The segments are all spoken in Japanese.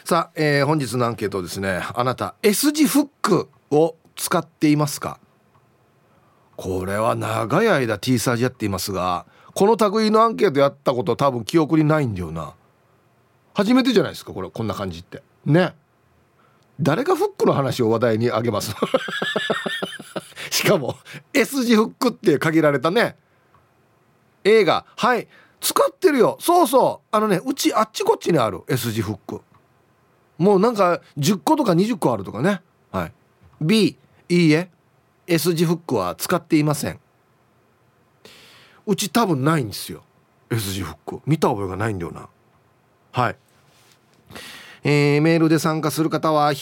さあ、本日のアンケートですね。あなた S 字フックを使っていますか？これは長い間 T サージやっていますが、この類のアンケートやったこと多分記憶にないんだよな。初めてじゃないですかこれ、こんな感じってね。誰がフックの話を話題にあげますしかも S 字フックって限られたね。映画、はい使ってるよ。そうそう、うちあっちこっちにある S 字フック、もうなんか10個とか20個あるとかね。はい。 B、 いいえ S 字フックは使っていません。うち多分ないんですよ S 字フック、見た覚えがないんだよな。はい。メールで参加する方は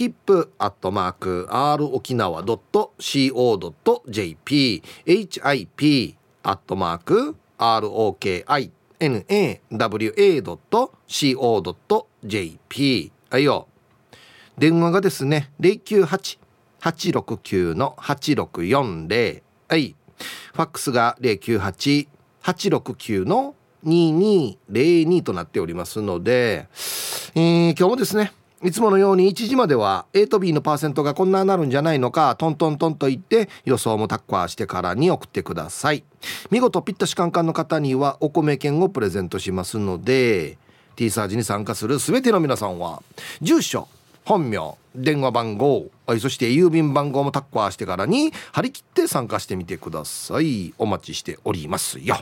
hip@rokinawa.co.jp hip@rokinawa.co.jp。 はいよ。電話がですね 098-869-8640。 はい。ファックスが 098-869-2202 となっておりますので、今日もですねいつものように1時までは A と B のパーセントがこんななるんじゃないのかトントントンと言って予想もタッカーしてからに送ってください。見事ピッタシカンカンの方にはお米券をプレゼントしますので、 T サージに参加するすべての皆さんは住所、本名、電話番号、そして郵便番号もタッカーしてからに張り切って参加してみてください。お待ちしておりますよ。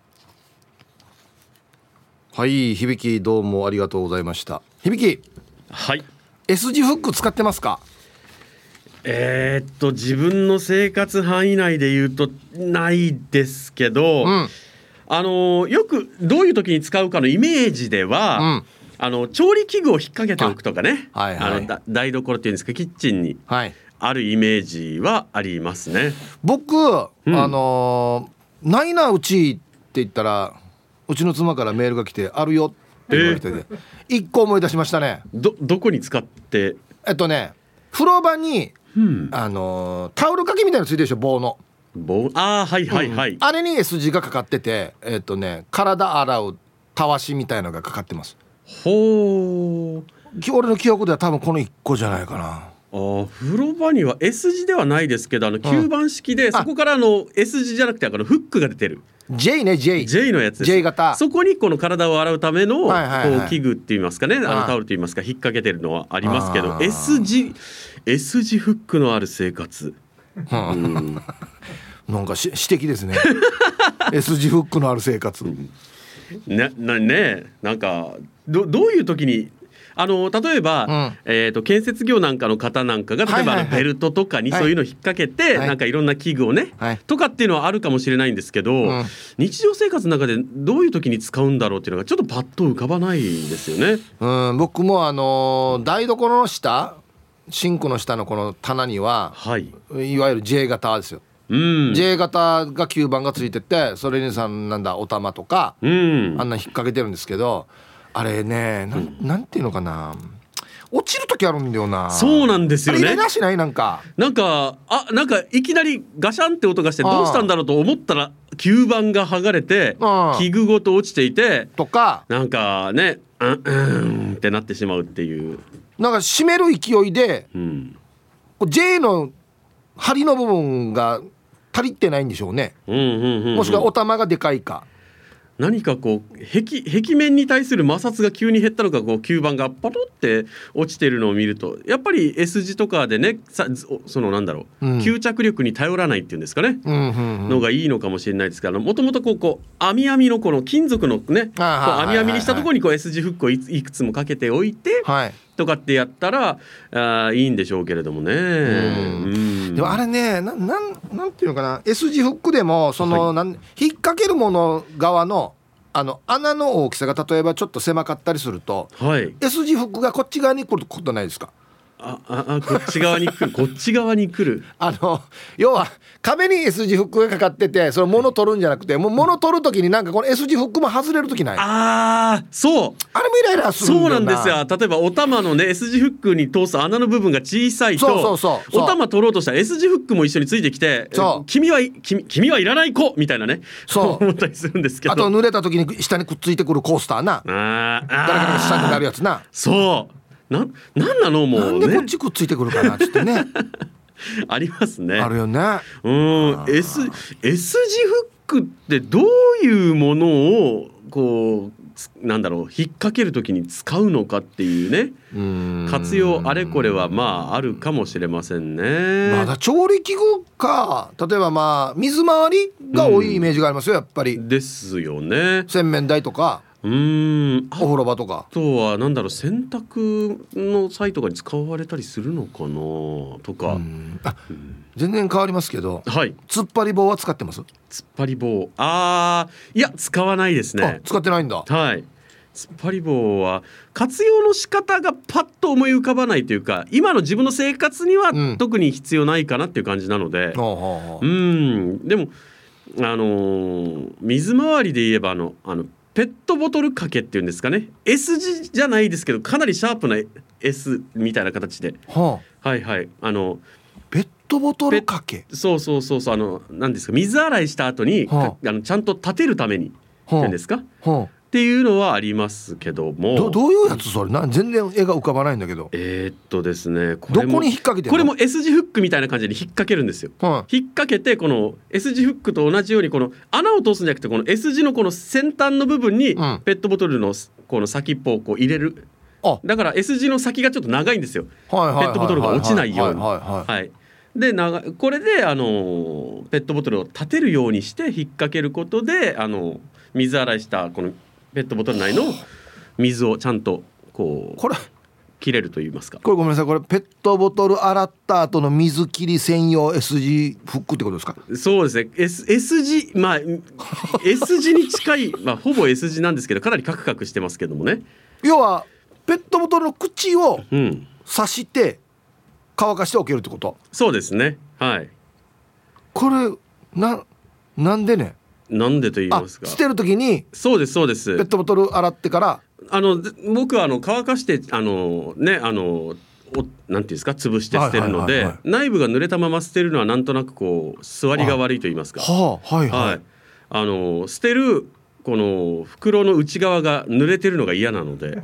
はい、響どうもありがとうございました。響、 はい、 S 字フック使ってますか？ 自分の生活範囲内で言うとないですけど、よくどういう時に使うかのイメージでは、調理器具を引っ掛けておくとかね、 はいはい、 台所っていうんですか、キッチンにあるイメージはありますね。 僕、ないなうちって言ったらうちの妻からメールが来て、あるよって言われてて、一個思い出しましたね。 どこに使って？ 風呂場に、タオル掛けみたいなのついてるでしょ、棒のはいはいはい、 あれに S 字がかかってて、体洗うたわしみたいのがかかってます。 ほー、 俺の記憶では多分この1個じゃないかな。 風呂場には S 字ではないですけど、吸盤式で、そこからS 字じゃなくてフックが出てる J ね、 J のやつです。 J 型。 そこにこの体を洗うための、器具って言いますかね、タオルと言いますか、引っ掛けてるのはありますけど、S 字フックのある生活、 なんか詩的ですねS 字フックのある生活、 なんかどういう時に例えば、建設業なんかの方なんかが例えばベルトとかにそういうの引っ掛けて、なんかいろんな器具をね、とかっていうのはあるかもしれないんですけど、日常生活の中でどういう時に使うんだろうっていうのがちょっとパッと浮かばないですよね。 僕も台所の下、シンクの下のこの棚には、いわゆる J 型ですよ。J 型が吸盤がついてて、それにお玉とか、あんな引っ掛けてるんですけど、あれね、なんていうのかな、落ちる時あるんだよな。 そうなんですよね。 あれイライラしない？なんかいきなりガシャンって音がしてどうしたんだろうと思ったら吸盤が剥がれて器具ごと落ちていてとか、 なんかね、ってなってしまうっていう、 なんか締める勢いで、J の針の部分が足りてないんでしょうね。もしくはお玉がでかいか、 何かこう壁面に対する摩擦が急に減ったのか、吸盤がパトって落ちてるのを見ると、やっぱり S 字とかでね、吸着力に頼らないっていうんですかね、のがいいのかもしれないですから、もともと網のこの金属のね、網にしたところにS 字フックをいくつもかけておいて、とかってやったらいいんでしょうけれどもね。 でもあれね、なんていうのかな、 S 字フックでも引っ掛けるもの側の穴の大きさが例えばちょっと狭かったりすると、S 字フックがこっち側に来ることないですか？ こっち側に来るこっち側に来る要は壁に S 字フックがかかってて、その物取るんじゃなくて、もう物取るときになんかこの S 字フックも外れるときない？ そう、 あれもイライラするんだよな。 そうなんですよ。例えばお玉のね S 字フックに通す穴の部分が小さいと、お玉取ろうとしたら S 字フックも一緒についてきて、君はいらない子みたいなね、そう思ったりするんですけど、 あと濡れた時に下にくっついてくるコースターな、誰かが下になるやつな。 そうなんなのもうね。 なんでこっちくっついてくるかなっつってねありますね。 あるよね。 S 字フックってどういうものをこうなんだろう引っ掛けるときに使うのかっていうね、活用あれこれはまああるかもしれませんね。 まだ調理器具か、例えばまあ水回りが多いイメージがありますよ、やっぱり。 ですよね。 洗面台とかお風呂場とか。 あとはなんだろう、洗濯の際とかに使われたりするのかなとか。全然変わりますけど、 はい、 突っ張り棒は使ってます？ 突っ張り棒、いや使わないですね。 使ってないんだ。 はい、突っ張り棒は活用の仕方がパッと思い浮かばないというか、今の自分の生活には特に必要ないかなっていう感じなので、でも水回りで言えばペットボトル掛けっていうんですかね、 S 字じゃないですけどかなりシャープな S みたいな形で、はいはい、 ペットボトル掛け、 そう何ですか、水洗いした後に、ちゃんと立てるためにっていうんですか、っていうのはありますけども、 どういうやつそれ全然絵が浮かばないんだけど。 ですね、これもどこに引っ掛けてるの？ これも S 字フックみたいな感じで引っ掛けるんですよ、引っ掛けてこの S 字フックと同じようにこの穴を通すんじゃなくて、この S 字のこの先端の部分にペットボトルのこの先っぽをこう入れる。だから S 字の先がちょっと長いんですよ、ペットボトルが落ちないように。でこれでペットボトルを立てるようにして引っ掛けることで水洗いしたこのペットボトル内の水をちゃんとこう切れると言いますか。 これごめんなさい、これペットボトル洗った後の水切り専用 S 字フックってことですか？ そうですね、S 字S 字に近い、ほぼ S 字なんですけどかなりカクカクしてますけどもね。 要はペットボトルの口を刺して乾かしておけるってこと？ そうですね、はい。 これなんでね、なんでと言いますか、捨てるときにそうですペットボトル洗ってから僕は乾かしてなんていうんですか、潰して捨てるので、内部が濡れたまま捨てるのはなんとなくこう座りが悪いと言いますか、捨てるこの袋の内側が濡れてるのが嫌なので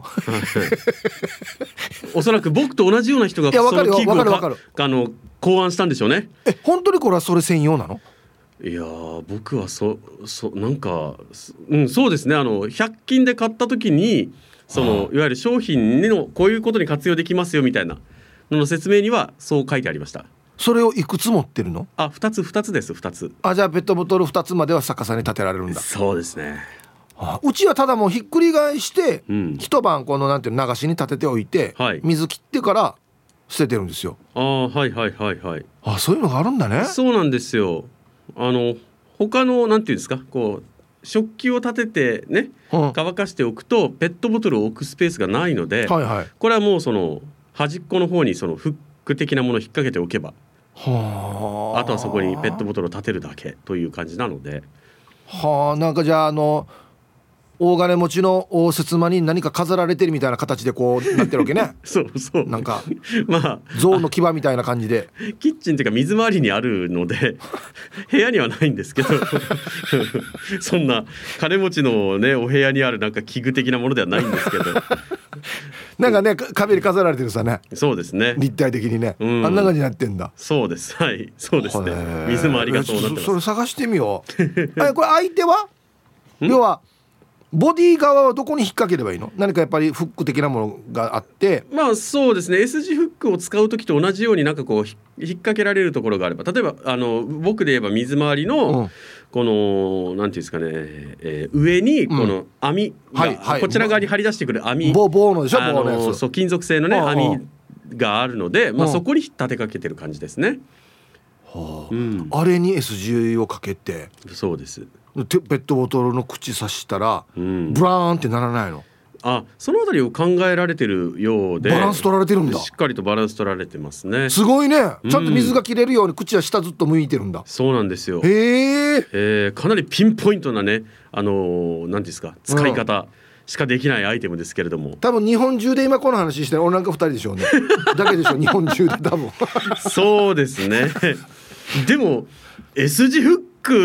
おそらく僕と同じような人がその器具を考案したんでしょうね。 本当にこれはそれ専用なの？ いや僕はなんか、そうですね、100均で買った時にいわゆる商品のこういうことに活用できますよみたいなのの説明にはそう書いてありました。 それをいくつ持ってるの ？2つです。2つ。 じゃあペットボトル2つまでは逆さに立てられるんだ。 そうですね。 うちはただもうひっくり返して、一晩このなんていう流しに立てておいて、水切ってから捨ててるんですよ。そういうのがあるんだね。 そうなんですよ。他のなんていうんですか、こう食器を立ててね、乾かしておくとペットボトルを置くスペースがないので、これはもう端っこの方にフック的なものを引っ掛けておけば、あとはそこにペットボトルを立てるだけという感じなので。 なんかじゃあ大金持ちの応接間に何か飾られてるみたいな形でこうなってるわけねそうなんか象の牙みたいな感じでキッチンっていうか水回りにあるので部屋にはないんですけどそんな金持ちのねお部屋にあるなんか器具的なものではないんですけどなんかね壁に飾られてるさね。 そうですね、 立体的にね、あんな感じになってんだ。 そうです、そうですね。水回りがそうなってます。 それ探してみようこれ相手は要はボディ側はどこに引っ掛ければいいの？何かやっぱりフック的なものがあって、 そうですね、 S 字フックを使う時と同じようになんかこう引っ掛けられるところがあれば、例えば僕で言えば水回りのこのなんていうんですかね、上にこの網がこちら側に張り出してくる網、 棒のでしょ、棒のやつ、 金属製のね網があるので、そこに立てかけてる感じですね。 あれに S 字をかけて、 そうです、 ペットボトルの口刺したら、ブラーンってならないの？ そのあたりを考えられてるようで、 バランス取られてるんだ。 しっかりとバランス取られてますね。 すごいね。ちゃんと水が切れるように口は下ずっと向いてるんだ。 そうなんですよ。かなりピンポイントなね、何ですか、使い方しかできないアイテムですけれども、 多分日本中で今この話してる俺なんか2人でしょうねだけでしょ日本中で多分そうですねでも S 字フッ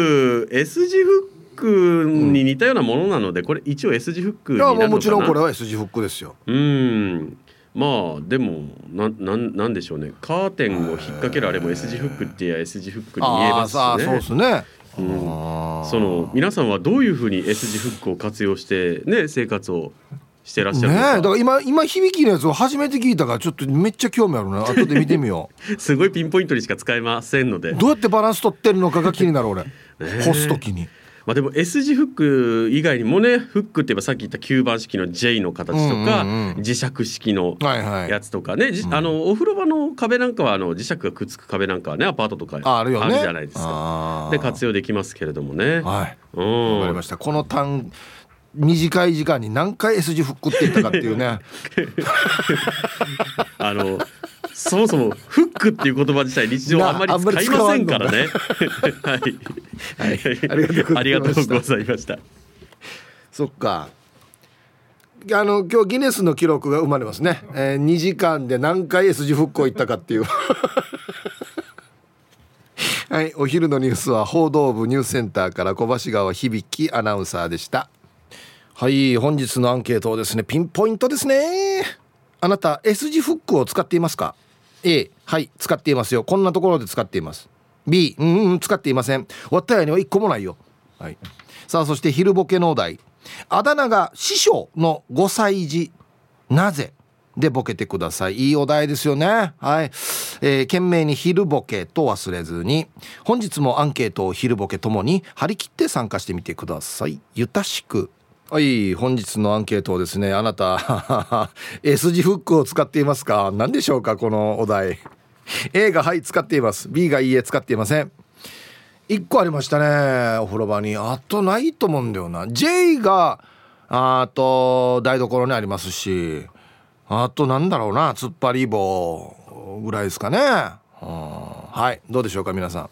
クに似たようなものなので、これ一応 S 字フックになるのかな。 もちろんこれは S 字フックですよ。 まあでもなんでしょうね、カーテンを引っ掛けるあれも S 字フックってや S 字フックに見えますしね。 そうですね、 その皆さんはどういうふうに S 字フックを活用してね生活をしてらっしゃるのか、 ね、だから今響きのやつを初めて聞いたからちょっとめっちゃ興味あるね。後で見てみようすごいピンポイントにしか使えませんので、 どうやってバランス取ってるのかが気になる俺干すときに。 まあ、でも S 字フック以外にもね、フックって言えばさっき言った吸盤式の J の形とか、磁石式のやつとかね、お風呂場の壁なんかは磁石がくっつく壁なんかはねアパートとかあるじゃないですか。で活用できますけれどもね。 わかりました。この短い時間に何回 S 字フックって言ったかっていうねそもそもフックっていう言葉自体日常あんまり使いませんからねはい、ありがとうございました。 そっか、今日ギネスの記録が生まれますね、2時間で何回 S 字フックを言ったかっていうはい、お昼のニュースは報道部ニュースセンターから小橋川響アナウンサーでした。はい、本日のアンケートをですね、ピンポイントですね。あなた S 字フックを使っていますか？ A、 はい使っていますよ、こんなところで使っています。 B、 使っていません、わったやには1個もないよ。はい、さあそして昼ボケのお題、あだ名が師匠の5歳児なぜでボケてください。いいお題ですよね。はい、懸命に昼ボケと忘れずに、本日もアンケートを昼ボケともに張り切って参加してみてください。ゆたしく。はい、本日のアンケートをですね、あなたS 字フックを使っていますか？何でしょうかこのお題。A がはい使っています、 B がいいえ使っていません。1個ありましたね、お風呂場に。あとないと思うんだよな。 J があと台所にありますし、あとなんだろうな、突っ張り棒ぐらいですかね。はい、どうでしょうか皆さん。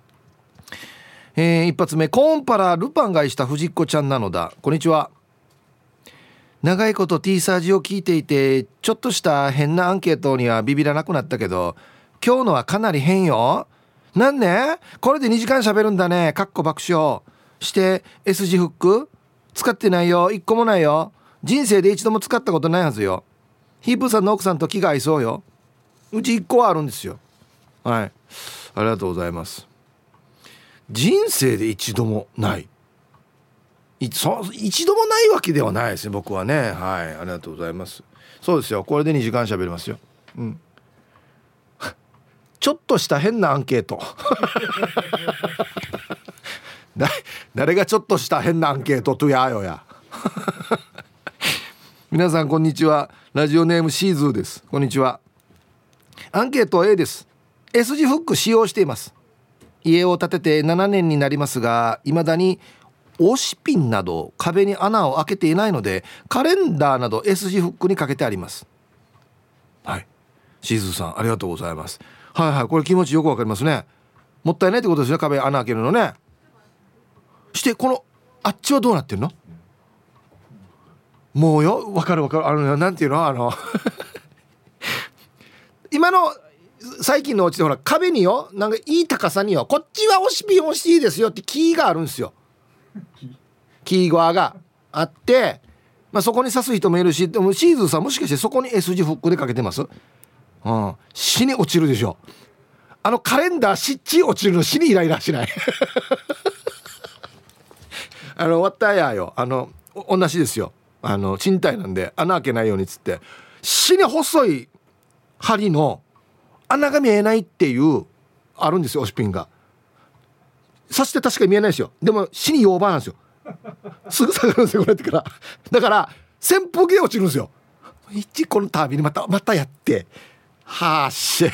一発目、コーンパラルパン買いした藤子ちゃんなのだ。こんにちは。長いこと T サージを聞いていて、ちょっとした変なアンケートにはビビらなくなったけど、今日のはかなり変よ。なんね、これで2時間喋るんだね。かっこ爆笑して。 S 字フック使ってないよ、1個もないよ。人生で一度も使ったことないはずよ。ヒープーさんの奥さんと気が合いそうよ。うち1個はあるんですよ。はい、ありがとうございます。人生で一度もない、一度もないわけではないですね僕はね。はい、ありがとうございます。そうですよ、これで2時間喋りますよ。ちょっとした変なアンケート誰がちょっとした変なアンケートとやよや皆さんこんにちは。ラジオネームシーズーです。こんにちは。アンケート A です。 S 字フック使用しています。家を建てて7年になりますが、未だに押しピンなど壁に穴を開けていないので、カレンダーなど S 字フックにかけてあります。はい、シーズーさんありがとうございます。はいはい、これ気持ちよくわかりますね。もったいないってことですね、壁穴開けるのね。してこのあっちはどうなってるの？もうよ、わかるなんていうの今の最近のお家でほら壁によ、なんかいい高さによ、こっちは押しピン押していいですよってキーがあるんですよ。キー側があって、そこに刺す人もいるし、でもシーズンさんもしかしてそこに S 字フックでかけてます？死に落ちるでしょ。カレンダーしっちり落ちるの死にイライラしないわったやよ、同じですよ。賃貸なんで穴開けないようにっつって死に細い針の穴が見えないっていうあるんですよ。押しピンが刺して確かに見えないですよ。でも死にオーバーなんですよ。すぐ下がるんですよこれってから。だから扇風機で落ちるんですよ。一このたびにまたやってはーし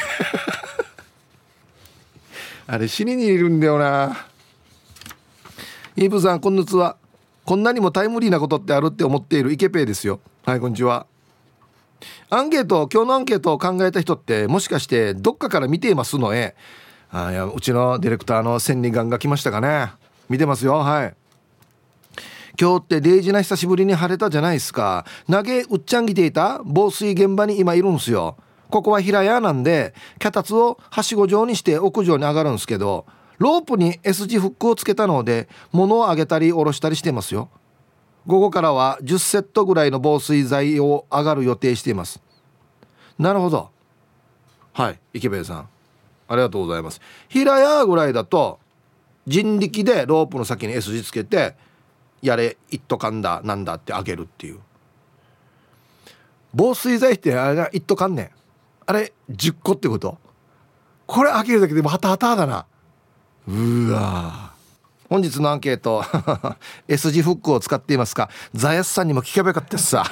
あれ死ににいるんだよな。イーブさんこんにちは。こんなにもタイムリーなことってあるって思っているイケペイですよ。はい、こんにちは。今日のアンケートを考えた人ってもしかしてどっかから見ていますの？いや、うちのディレクターの千里眼が来ましたかね。見てますよ。はい、今日って0時な久しぶりに晴れたじゃないですか。投げうっちゃんぎていた防水現場に今いるんですよ。ここは平屋なんで脚立をはしご状にして屋上に上がるんですけど、ロープに S 字フックをつけたので物を上げたり下ろしたりしてますよ。午後からは10セットぐらいの防水剤を上がる予定しています。 なるほど。はい、池部さんありがとうございます。平屋ぐらいだと人力でロープの先に S 字つけてやれ一斗缶だなんだってあげるっていう。防水剤ってあれが一斗缶ね、あれ10個ってこと。これ開けるだけでもハタハタだな。うわ。本日のアンケートS 字フックを使っていますか。ザヤスさんにも聞けばよかったっすさ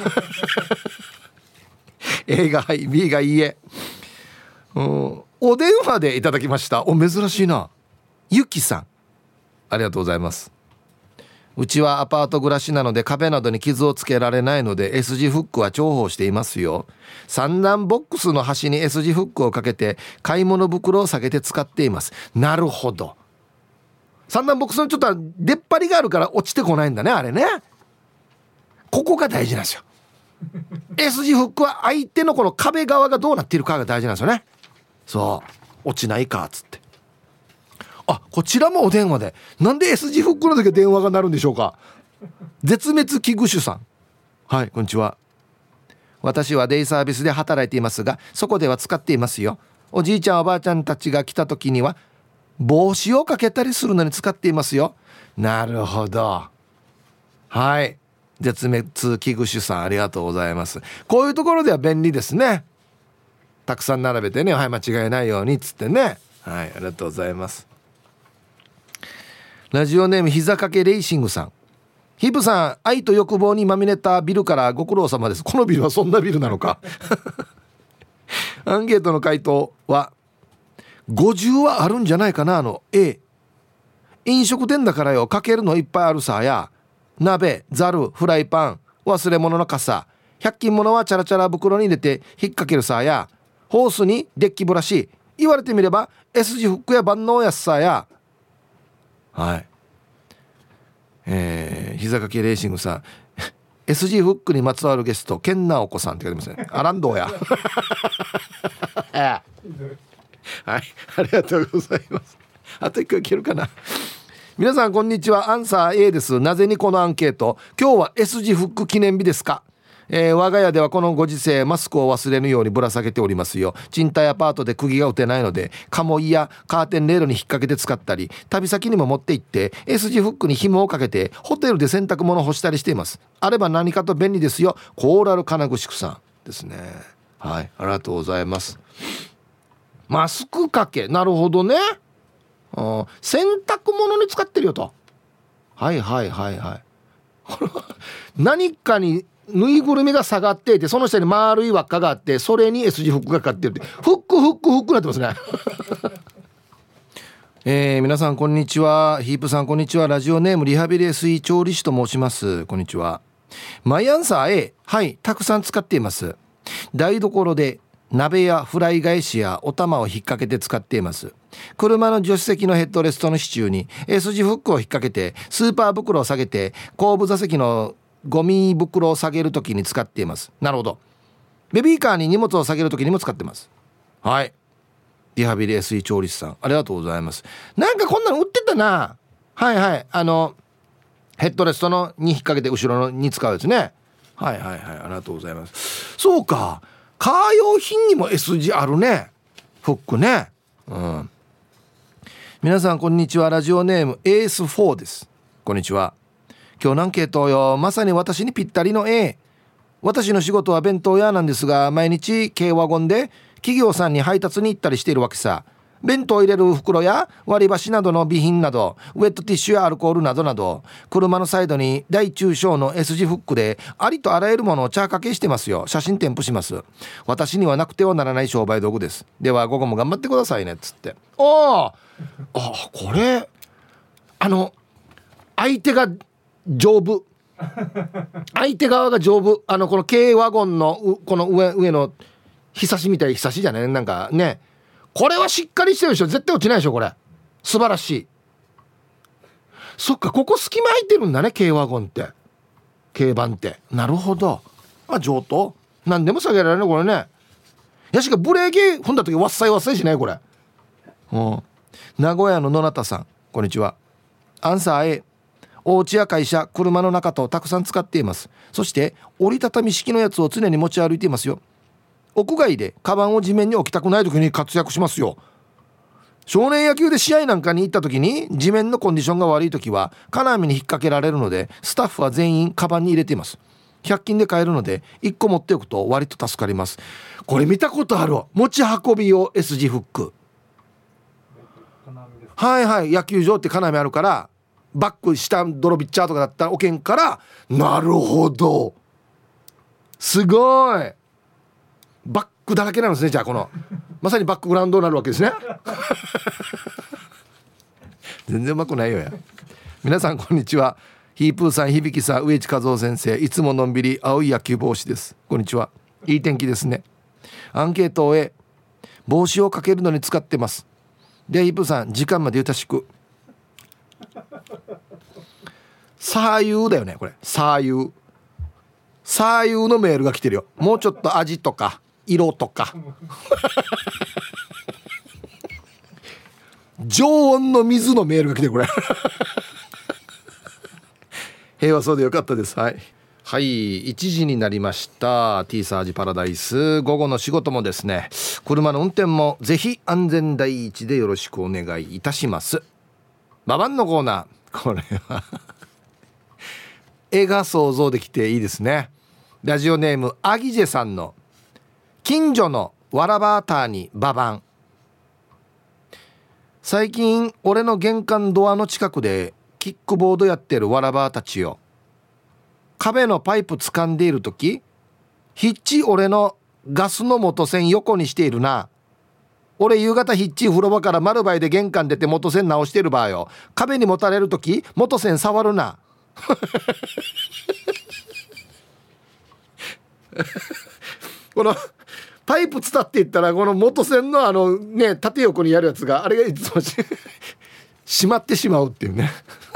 A がはい B がいいえ。お電話でいただきました。お珍しいな。ゆきさんありがとうございます。うちはアパート暮らしなので壁などに傷をつけられないので S 字フックは重宝していますよ。三段ボックスの端に S 字フックをかけて買い物袋を下げて使っています。なるほど。三段ボックスのちょっと出っ張りがあるから落ちてこないんだね、あれね。ここが大事なんですよS 字フックは相手のこの壁側がどうなっているかが大事なんですよね。そう落ちないかっつって。あ、こちらもお電話で。なんで S 字フックの時は電話が鳴るんでしょうか。絶滅危惧種さん、はい、こんにちは。私はデイサービスで働いていますが、そこでは使っていますよ。おじいちゃんおばあちゃんたちが来た時には帽子をかけたりするのに使っていますよ。なるほど。はい、絶滅危惧種さんありがとうございます。こういうところでは便利ですね。たくさん並べてね、はい、間違いないようにっつってね。はい、ありがとうございます。ラジオネーム膝掛けレーシングさん、ヒブさん、愛と欲望にまみれたビルからご苦労様です。このビルはそんなビルなのかアンケートの回答は50はあるんじゃないかな。A、 飲食店だからよ、かけるのいっぱいあるさや、鍋、ザル、フライパン、忘れ物の傘、100均物はチャラチャラ袋に入れて引っ掛けるさや、ホースにデッキブラシ、言われてみれば S 字フックや万能やすさや。はい、膝掛けレーシングさんS 字フックにまつわるゲストケンナオコさんって書いてますね。アランドーやはい、ありがとうございます。あと1回いけるかな。皆さんこんにちは、アンサー A です。なぜにこのアンケート、今日は S 字フック記念日ですか。我が家ではこのご時世マスクを忘れぬようにぶら下げておりますよ。賃貸アパートで釘が打てないのでカモイやカーテンレールに引っ掛けて使ったり、旅先にも持って行って S 字フックに紐をかけてホテルで洗濯物を干したりしています。あれば何かと便利ですよ。コーラル金具宿さんですね。はい、ありがとうございます。マスク掛け、なるほどね。洗濯物に使ってるよと。はいはいはいはい何かにぬいぐるみが下がっていて、その下に丸い輪っかがあって、それに S 字フックがかかってるって、フックフックフックなってますね皆さんこんにちは。ヒープさんこんにちは。ラジオネームリハビリ SE 調理師と申します。こんにちは。マイアンサー A、 はい、たくさん使っています。台所で鍋やフライ返しやお玉を引っ掛けて使っています。車の助手席のヘッドレストの支柱に S 字フックを引っ掛けて、スーパー袋を下げて後部座席のゴミ袋を下げるときに使っています。なるほど。ベビーカーに荷物を下げるときにも使ってます。はい、リハビリ SE 調理師さんありがとうございます。なんかこんなの売ってたな。はいはい、ヘッドレストのに引っ掛けて後ろのに使うやつね。はいはいはい、ありがとうございます。そうか、カー用品にも S 字あるね、フックね。皆さんこんにちは。ラジオネームエース4です。こんにちは。今日のアンケートよ、まさに私にぴったりの A。 私の仕事は弁当屋なんですが、毎日軽ワゴンで企業さんに配達に行ったりしているわけさ。弁当を入れる袋や割り箸などの備品など、ウェットティッシュやアルコールなどなど、車のサイドに大中小の S 字フックでありとあらゆるものを茶掛けしてますよ。写真添付します。私にはなくてはならない商売道具です。では午後も頑張ってくださいねっつって。これ相手が丈夫相手側が丈夫。この軽ワゴンのこの上のひさしみたい、ひさしじゃない、なんかね、これはしっかりしてるでしょ。絶対落ちないでしょこれ。素晴らしい。そっか、ここ隙間空いてるんだね、軽ワゴンって、軽バンって。なるほど。上等。何でも下げられるねこれね。やしかブレーキ踏んだ時わっさいわっさいしないこれ。名古屋の野中さんこんにちは。アンサー A、 お家や会社、車の中とたくさん使っています。そして折りたたみ式のやつを常に持ち歩いていますよ。 屋外でカバンを地面に置きたくない時に活躍しますよ。少年野球で試合なんかに行った時に地面のコンディションが悪い時は金網に引っ掛けられるので、スタッフは全員カバンに入れています。100均で買えるので1個持っておくと割と助かります。これ見たことあるわ。持ち運び用 S 字フック。はいはい、野球場って金網あるからバック下泥ビッチャーとかだったら置けんから。なるほど、すごい。バックだらけなんですね。じゃあこのまさにバックグラウンドになるわけですね全然うまくないよや。皆さんこんにちは。ヒープーさん、響さん、植地和夫先生、いつものんびり青い野球帽子です。こんにちは。いい天気ですね。アンケートを終え帽子をかけるのに使ってます。でヒープーさん、時間までゆたしく。左右だよねこれ。左右のメールが来てるよ。もうちょっと味とか色とか常温の水のメールが来てるこれ平和そうでよかったです。はいはい、1時になりました。 T サージパラダイス、午後の仕事もですね、車の運転もぜひ安全第一でよろしくお願いいたします。ババンのコーナー、これは絵が想像できていいですね。ラジオネームアギジェさんの近所のわらバーターにババン。最近俺の玄関ドアの近くでキックボードやってるわらバーたちよ。壁のパイプ掴んでいるとき、ヒッチ俺のガスの元栓横にしているな。俺夕方ヒッチ風呂場から丸バイで玄関出て元栓直してる場合よ。壁にもたれるとき元栓触るなこのパイプ伝っていったらこの元栓のね縦横にやるやつがあれがいつも閉まってしまうっていうね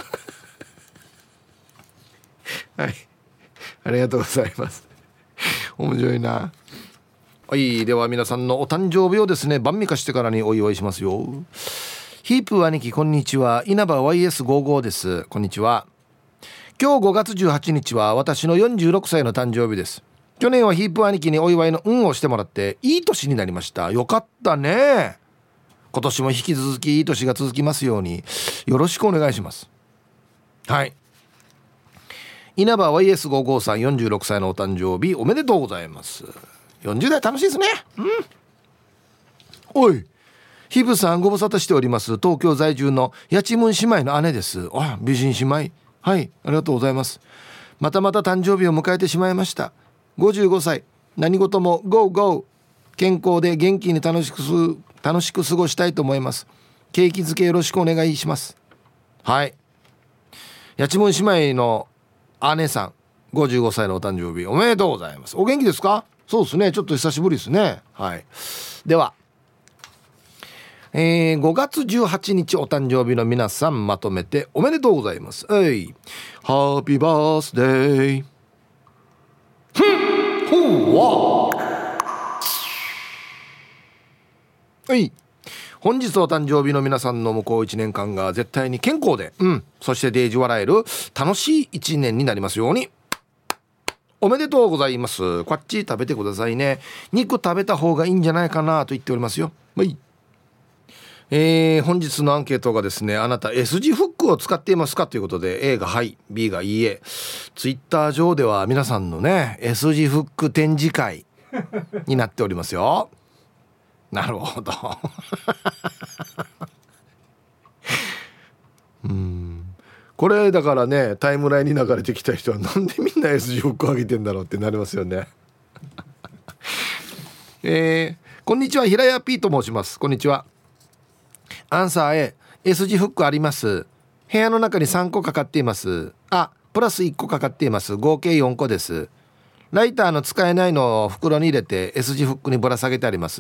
はい、ありがとうございます。面白いな。はい、では皆さんのお誕生日をですね晩御飯してからにお祝いしますよ。ヒープ兄貴こんにちは。稲葉 YS55 です。こんにちは。今日5月18日は私の46歳の誕生日です。去年はヒープ兄貴にお祝いの運をしてもらっていい年になりました。よかったね。今年も引き続きいい年が続きますようによろしくお願いします。はい、稲葉 YS55 さん46歳のお誕生日おめでとうございます。40代楽しいですね。おいヒブさん、ご無沙汰しております。東京在住のやちむん姉妹の姉です。あ、美人姉妹。はい、ありがとうございます。また誕生日を迎えてしまいました。55歳、何事もゴーゴー、健康で元気に楽しく過ごしたいと思います。景気づけよろしくお願いします。はい、やちむん姉妹の姉さん55歳のお誕生日おめでとうございます。お元気ですか？そうですね、ちょっと久しぶりですね。はい、では、5月18日お誕生日の皆さんまとめておめでとうございます。ハッピーバースデー。はい、本日お誕生日の皆さんの向こう1年間が絶対に健康で、そしてデージ笑える楽しい1年になりますように。おめでとうございます。こっち食べてくださいね。肉食べた方がいいんじゃないかなと言っておりますよ。はい、本日のアンケートがですね、あなた S 字フックを使っていますかということで A がはい、 B がいいえ。ツイッター上では皆さんのね S 字フック展示会になっておりますよ。なるほどこれだからね、タイムラインに流れてきた人はなんでみんな S 字フックを上げてんだろうってなりますよねこんにちは、平谷 P と申します。こんにちは。アンサー A、 S 字フックあります。部屋の中に3個かかっています。プラス1個かかっています。合計4個です。ライターの使えないのを袋に入れて S 字フックにぶら下げてあります。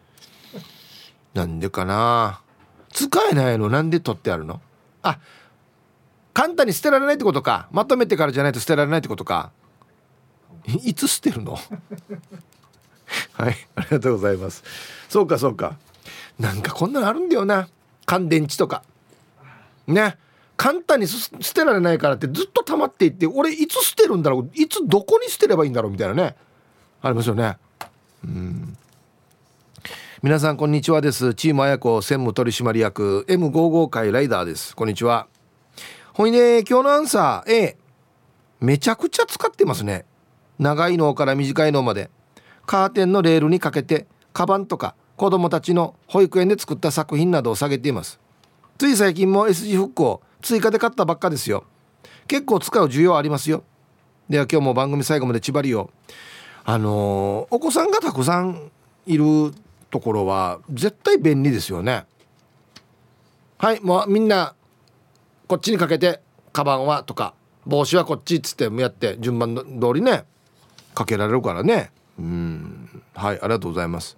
なんでかな。使えないのなんで取ってあるの？簡単に捨てられないってことか。まとめてからじゃないと捨てられないってことか。いつ捨てるのはい、ありがとうございます。そうか、なんかこんなのあるんだよな。乾電池とかね、簡単に捨てられないからってずっと溜まっていって、俺いつ捨てるんだろう、いつどこに捨てればいいんだろうみたいなね、ありますよね。 皆さんこんにちはです。チームあやこ専務取締役 M55 回ライダーです。こんにちは。ほいで今日のアンサー A、 めちゃくちゃ使ってますね。長いのから短いのまでカーテンのレールにかけてカバンとか子供たちの保育園で作った作品などを下げています。つい最近も S 字フックを追加で買ったばっかですよ。結構使う需要ありますよ。では今日も番組最後まで縛りを。お子さんがたくさんいるところは絶対便利ですよね。はい、もうみんなこっちにかけてカバンはとか帽子はこっちっつってやって順番通りねかけられるからね。はい、ありがとうございます。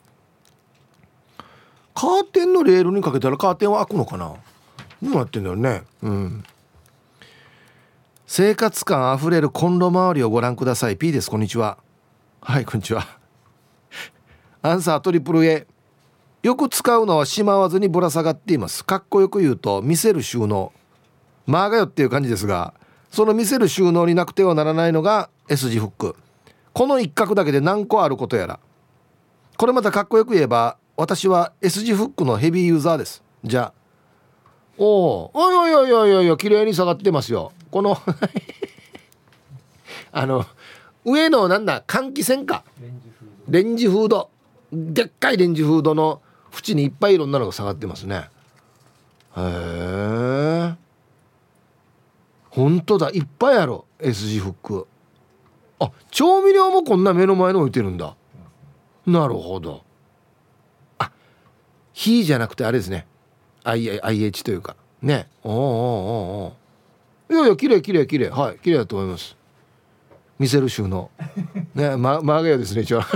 カーテンのレールにかけたらカーテンは開くのかな。どうなってんだよね。生活感あふれるコンロ周りをご覧ください。 P です。こんにちは。はい、こんにちは。アンサートリプル A、 よく使うのはしまわずにぶら下がっています。かっこよく言うと見せる収納、マーガヨっていう感じですが、その見せる収納になくてはならないのが S 字フック。この一角だけで何個あることやら。これまたかっこよく言えば私は S 字フックのヘビーユーザーです。じゃあおいおいおいおいおい、綺麗に下がってますよ。この上のなんだ換気扇か、レンジフード、でっかいレンジフードの縁にいっぱいいろんなのが下がってますね。へえ、ほんとだ、いっぱいある S 字フック。あ、調味料もこんな目の前に置いてるんだ。なるほど。あ、火じゃなくてあれですね、IH というかね。おいやいや、綺麗綺麗綺麗、はい、綺麗だと思います。見せる収納ね、マーガヤですね一応はい、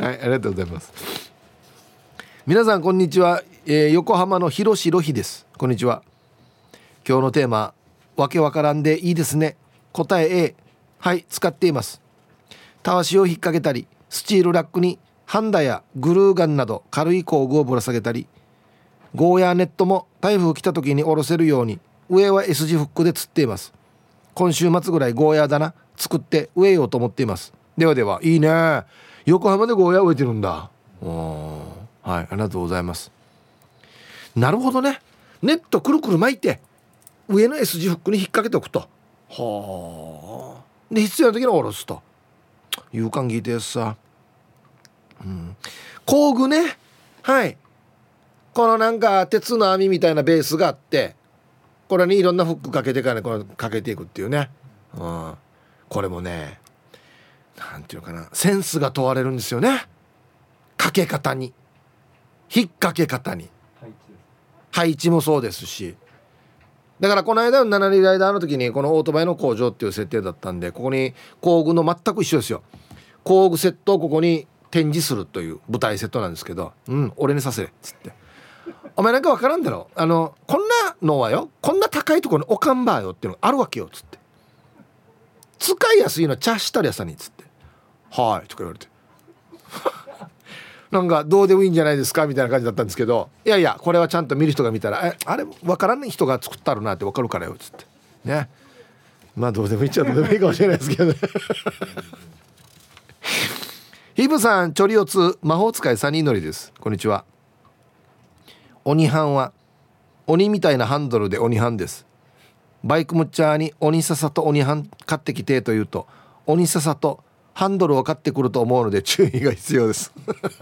ありがとうございます。皆さんこんにちは、横浜のひろしろひです。こんにちは。今日のテーマ、わけわからんでいいですね。答え A、 はい、使っています。たわしを引っ掛けたり、スチールラックにハンダやグルーガンなど軽い工具をぶら下げたり、ゴーヤーネットも台風来た時に下ろせるように上は S 字フックで釣っています。今週末ぐらいゴーヤーだな作って植えようと思っています。ではでは。いいね、横浜でゴーヤー植えてるんだ。はい、ありがとうございます。なるほどね、ネットくるくる巻いて上の S 字フックに引っ掛けておくと、はあ、で必要な時に下ろすという感じですさ。工具ね、はい、このなんか鉄の網みたいなベースがあって、これにいろんなフックかけてからこれかけていくっていうね。これもね、なんていうかな、センスが問われるんですよね。かけ方に、引っ掛け方に、配置もそうですし。だからこの間の7リライダーの時にこのオートバイの工場っていう設定だったんで、ここに工具の全く一緒ですよ。工具セットをここに展示するという舞台セットなんですけど、俺にさせれっつって、お前なんかわからんだろ、こんなのはよ、こんな高いところに置かんばよっていうのがあるわけよっつって、使いやすいのは茶したりやさにっつって、はいとか言われてなんかどうでもいいんじゃないですかみたいな感じだったんですけど、いやいや、これはちゃんと見る人が見たら、あれわからない人が作ったるなってわかるからよっつってね。まあどうでもいいっちゃどうでもいいかもしれないですけどねヒブさん、チョリオツ魔法使いサニーノリです。こんにちは。鬼ハンは鬼みたいなハンドルで鬼ハンです。バイクムッチャーに鬼ささと鬼ハン買ってきてと言うと、鬼ささとハンドルを買ってくると思うので注意が必要です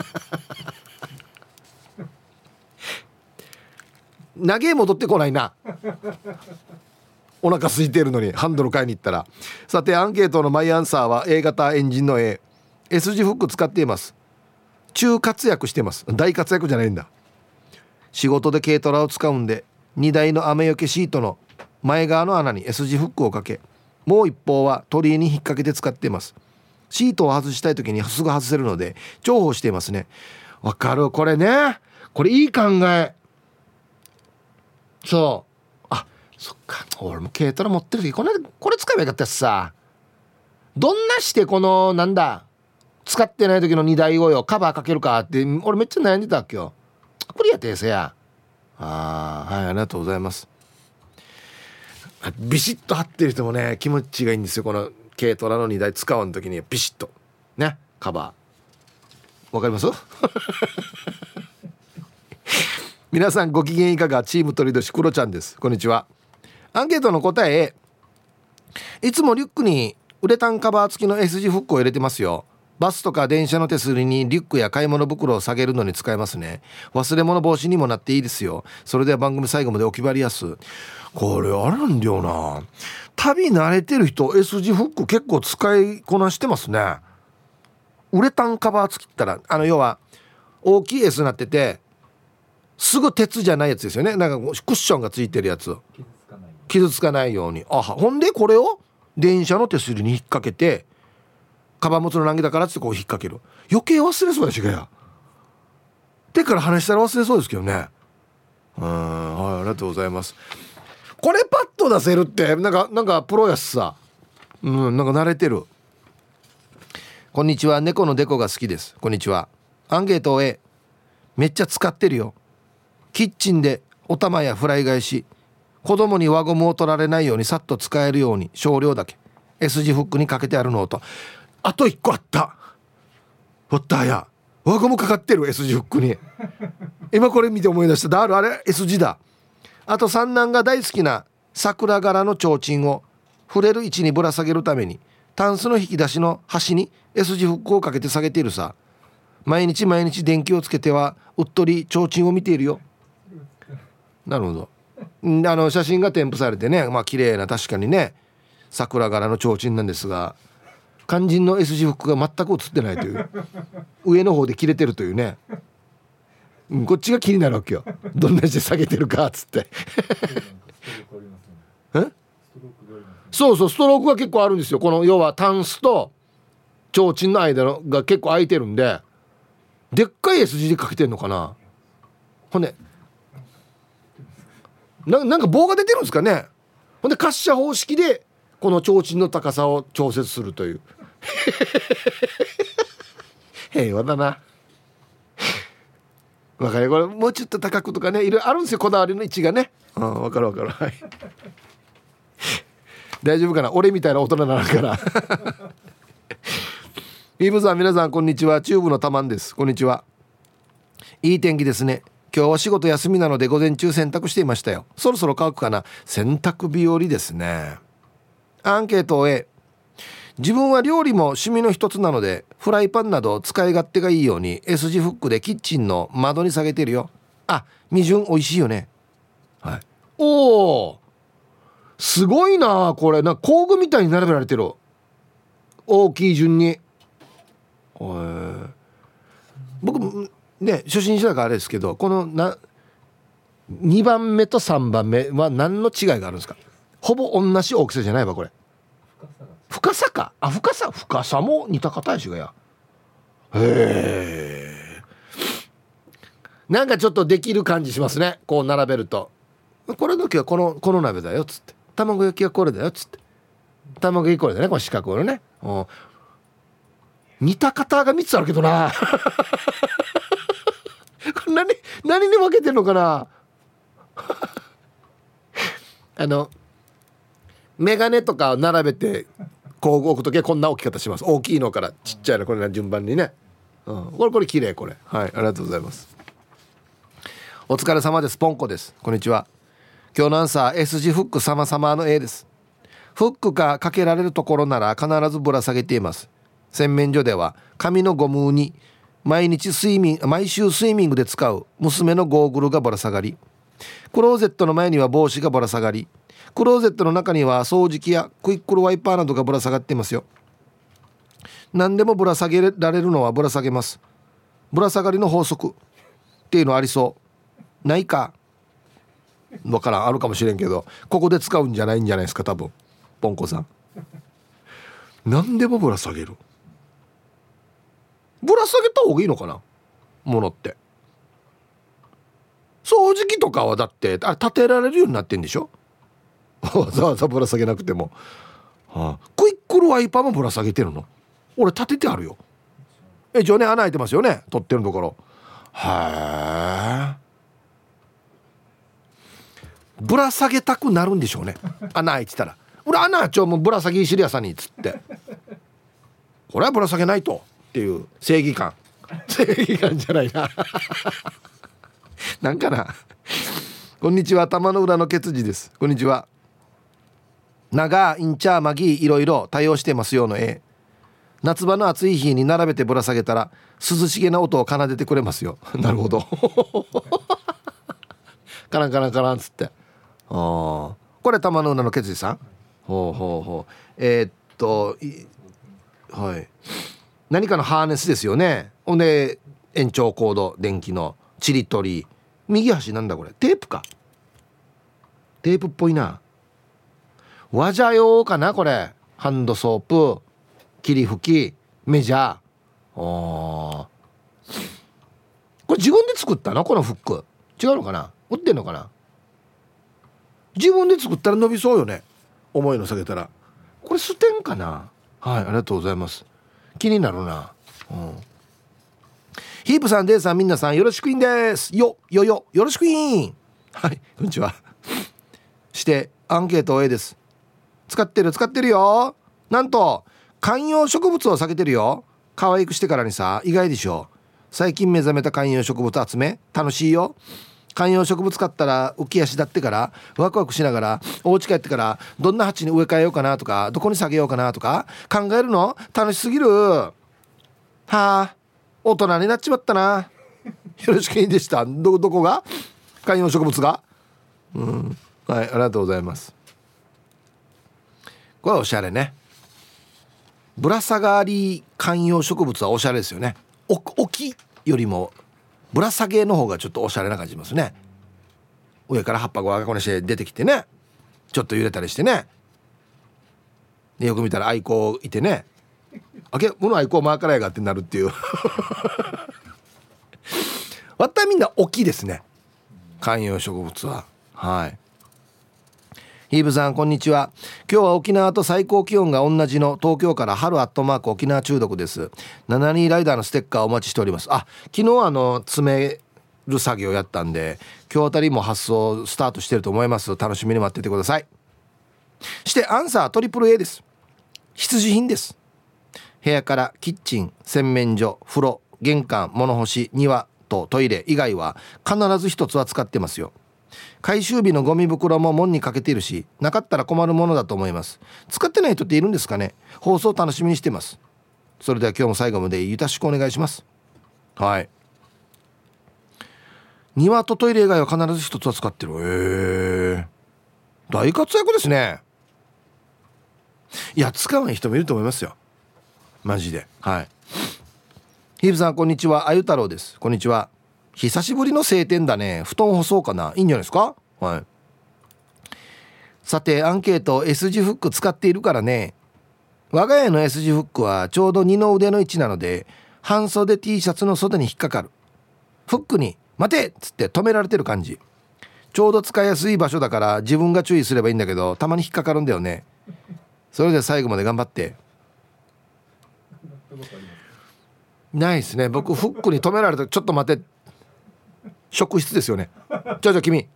投げ戻ってこないなお腹空いてるのにハンドル買いに行ったら。さてアンケートのマイアンサーは A 型エンジンの A、 S 字フック使っています。中活躍してます。大活躍じゃないんだ。仕事で軽トラを使うんで、荷台の雨よけシートの前側の穴に S 字フックをかけ、もう一方は鳥居に引っ掛けて使っています。シートを外したい時にすぐ外せるので重宝していますね。わかる、これね、これいい考え。そう、あ、そっか、俺も軽トラ持ってる時これ使えばよかったしさ。どんなしてこのなんだ使ってない時の荷台をよカバーかけるかって俺めっちゃ悩んでたわけよ。これやってせや。はい、ありがとうございます。ビシッと張ってる人もね気持ちがいいんですよ。この軽トラの荷台使わん時にビシッとねカバーわかります皆さんご機嫌いかが。チーム鳥年クロちゃんです。こんにちは。アンケートの答え、いつもリュックにウレタンカバー付きの S 字フックを入れてますよ。バスとか電車の手すりにリュックや買い物袋を下げるのに使えますね。忘れ物防止にもなっていいですよ。それでは番組最後までお決まりやす。これあれなんだよな、旅慣れてる人 S 字フック結構使いこなしてますね。ウレタンカバー付きったら要は大きい S になっててすぐ鉄じゃないやつですよね。なんかクッションがついてるやつ、傷つかないように。ほんでこれを電車の手すりに引っ掛けて、カバン持つの難儀だからってこう引っ掛ける。余計忘れそうやしがや。手から離したら忘れそうですけどね。はい、ありがとうございます。これパッと出せるってなんかプロやしさ、なんか慣れてる。こんにちは、猫のデコが好きです。こんにちは。アンケート A、 めっちゃ使ってるよ。キッチンでお玉やフライ返し、子供に輪ゴムを取られないようにさっと使えるように少量だけ S 字フックにかけてあるのと、あと1個あった。ほったや輪ゴムかかってる S 字フックに今これ見て思い出した。あれ S 字だ。あと三男が大好きな桜柄の提灯を触れる位置にぶら下げるためにタンスの引き出しの端に S 字フックをかけて下げているさ。毎日電気をつけてはうっとり提灯を見ているよ。なるほど。写真が添付されてね、綺麗な確かにね桜柄の提灯なんですが、肝心の S 字フックが全く写ってないという上の方で切れてるというね、こっちが気になるわけよ。どんなして下げてるかっつってそうストロークが結構あるんですよ。この要はタンスと提灯の間のが結構空いてるんで、でっかい S 字でかけてんのかな。ほんでなんか棒が出てるんですかね。ほんで滑車方式でこの提灯の高さを調節するという平和だな。わかる。これもうちょっと高くとかね、いろいろあるんですよ、こだわりの位置がね。わかるはい大丈夫かな、俺みたいな大人になるからイブさん、皆さんこんにちは。チューブのたまんです。こんにちは。いい天気ですね。今日は仕事休みなので午前中洗濯していましたよ。そろそろ乾くかな。洗濯日和ですね。アンケートを A、 自分は料理も趣味の一つなのでフライパンなど使い勝手がいいように S 字フックでキッチンの窓に下げてるよ。未純美味しいよね。はい。おー、すごいな。これ工具みたいに並べられてる。大きい順に。僕ね初心者だからあれですけど、この2番目と3番目は何の違いがあるんですか。ほぼ同じ大きさじゃないわこれ。深さか。深さも似た方やしがや。へえ。なんかちょっとできる感じしますね、こう並べると。これの時はこの鍋だよっつって、卵焼きはこれだよっつって、卵焼きこれだね、この四角のね。似た型が3つあるけどなこれ何に分けてるのかなメガネとかを並べてこう置くときはこんな置き方します。大きいのからちっちゃいの、これ順番にね。これ綺麗これ。はい、ありがとうございます。お疲れ様です。ポンコです。こんにちは。今日のアンサー S 字フック様々の A です。フックがかけられるところなら必ずぶら下げています。洗面所では紙のゴムに毎週スイミングで使う娘のゴーグルがぶら下がり、クローゼットの前には帽子がぶら下がり、クローゼットの中には掃除機やクイックルワイパーなどがぶら下がっていますよ。何でもぶら下げられるのはぶら下げます。ぶら下がりの法則っていうのありそうないかわからん。あるかもしれんけど、ここで使うんじゃないんじゃないですか多分。ポンコさん何でもぶら下げる。ぶら下げた方がいいのかな、ものって。掃除機とかはだって立てられるようになってんでしょわざわざぶら下げなくても。クイックルワイパーもぶら下げてるの。俺立ててあるよ。一応ね、穴開いてますよね、取ってるところ。ぶら下げたくなるんでしょうね、穴開いてたら。 俺アナちょもうぶら下げシリアさんにっつって、これはぶら下げないとっていう正義感正義感じゃないななんかな。こんにちは、玉の裏のケツジです。こんにちは。長インチャーマギーいろいろ対応してますよの夏場の暑い日に並べてぶら下げたら涼しげな音を奏でてくれますよなるほどカランカランカランつって、あこれ玉の裏のケツジさん。ほうほうほう。はい、何かのハーネスですよね。ほんで延長コード、電気のちりとり、右端なんだこれ、テープか、テープっぽいな。わじゃ用かなこれ。ハンドソープ、霧吹き、メジャー。これ自分で作ったのこのフック。違うのかな、売ってんのかな。自分で作ったら伸びそうよね、重いの下げたら。これステンかな。はい、ありがとうございます。気になるな。ヒープさん、デイさん、みんなさん、よろしくいんです。よろしくいん。はい、こんにちは。してアンケート A です。使ってるよ。なんと観葉植物を避けてるよ。可愛くしてからにさ、意外でしょ。最近目覚めた観葉植物集め楽しいよ。観葉植物買ったら浮き足立ってからワクワクしながら、お家帰ってからどんな鉢に植え替えようかなとか、どこに下げようかなとか考えるの楽しすぎる。はあ、大人になっちまったな。よろしくいいでした。どこが観葉植物が、はい、ありがとうございます。これはおしゃれね。ぶら下がり観葉植物はおしゃれですよね。置きよりもぶら下げの方がちょっとおしゃれな感じしますね。上から葉っぱがこにして出てきてね、ちょっと揺れたりしてね。でよく見たら愛好いてね、あけもの愛好マーカラやがってなるっていうわったみんな大きいですね、観葉植物は。はい。ヒーブさん、こんにちは。今日は沖縄と最高気温が同じの東京から春アットマーク沖縄中毒です。72ライダーのステッカーお待ちしております。昨日詰める作業やったんで、今日あたりも発送スタートしてると思います。楽しみに待っててください。してアンサー AAA です。必需品です。部屋からキッチン、洗面所、風呂、玄関、物干し、庭とトイレ以外は必ず一つは使ってますよ。回収日のゴミ袋も門にかけているし、なかったら困るものだと思います。使ってない人っているんですかね。放送楽しみにしてます。それでは今日も最後までよろしくお願いします。はい。庭とトイレ以外は必ず一つは使ってる。大活躍ですね。いや、使わない人もいると思いますよ、マジで。はい。ヒーブさん、こんにちは。あゆ太郎です。こんにちは。久しぶりの晴天だね。布団干そうかな。いいんじゃないですか。はい。さてアンケート、 S 字フック使っているからね。我が家の S 字フックはちょうど二の腕の位置なので、半袖 T シャツの袖に引っかかる。フックに待てっつって止められてる感じ。ちょうど使いやすい場所だから自分が注意すればいいんだけど、たまに引っかかるんだよね。それで最後まで頑張って。ないですね。僕フックに止められて、ちょっと待て、職質ですよね。ちょ君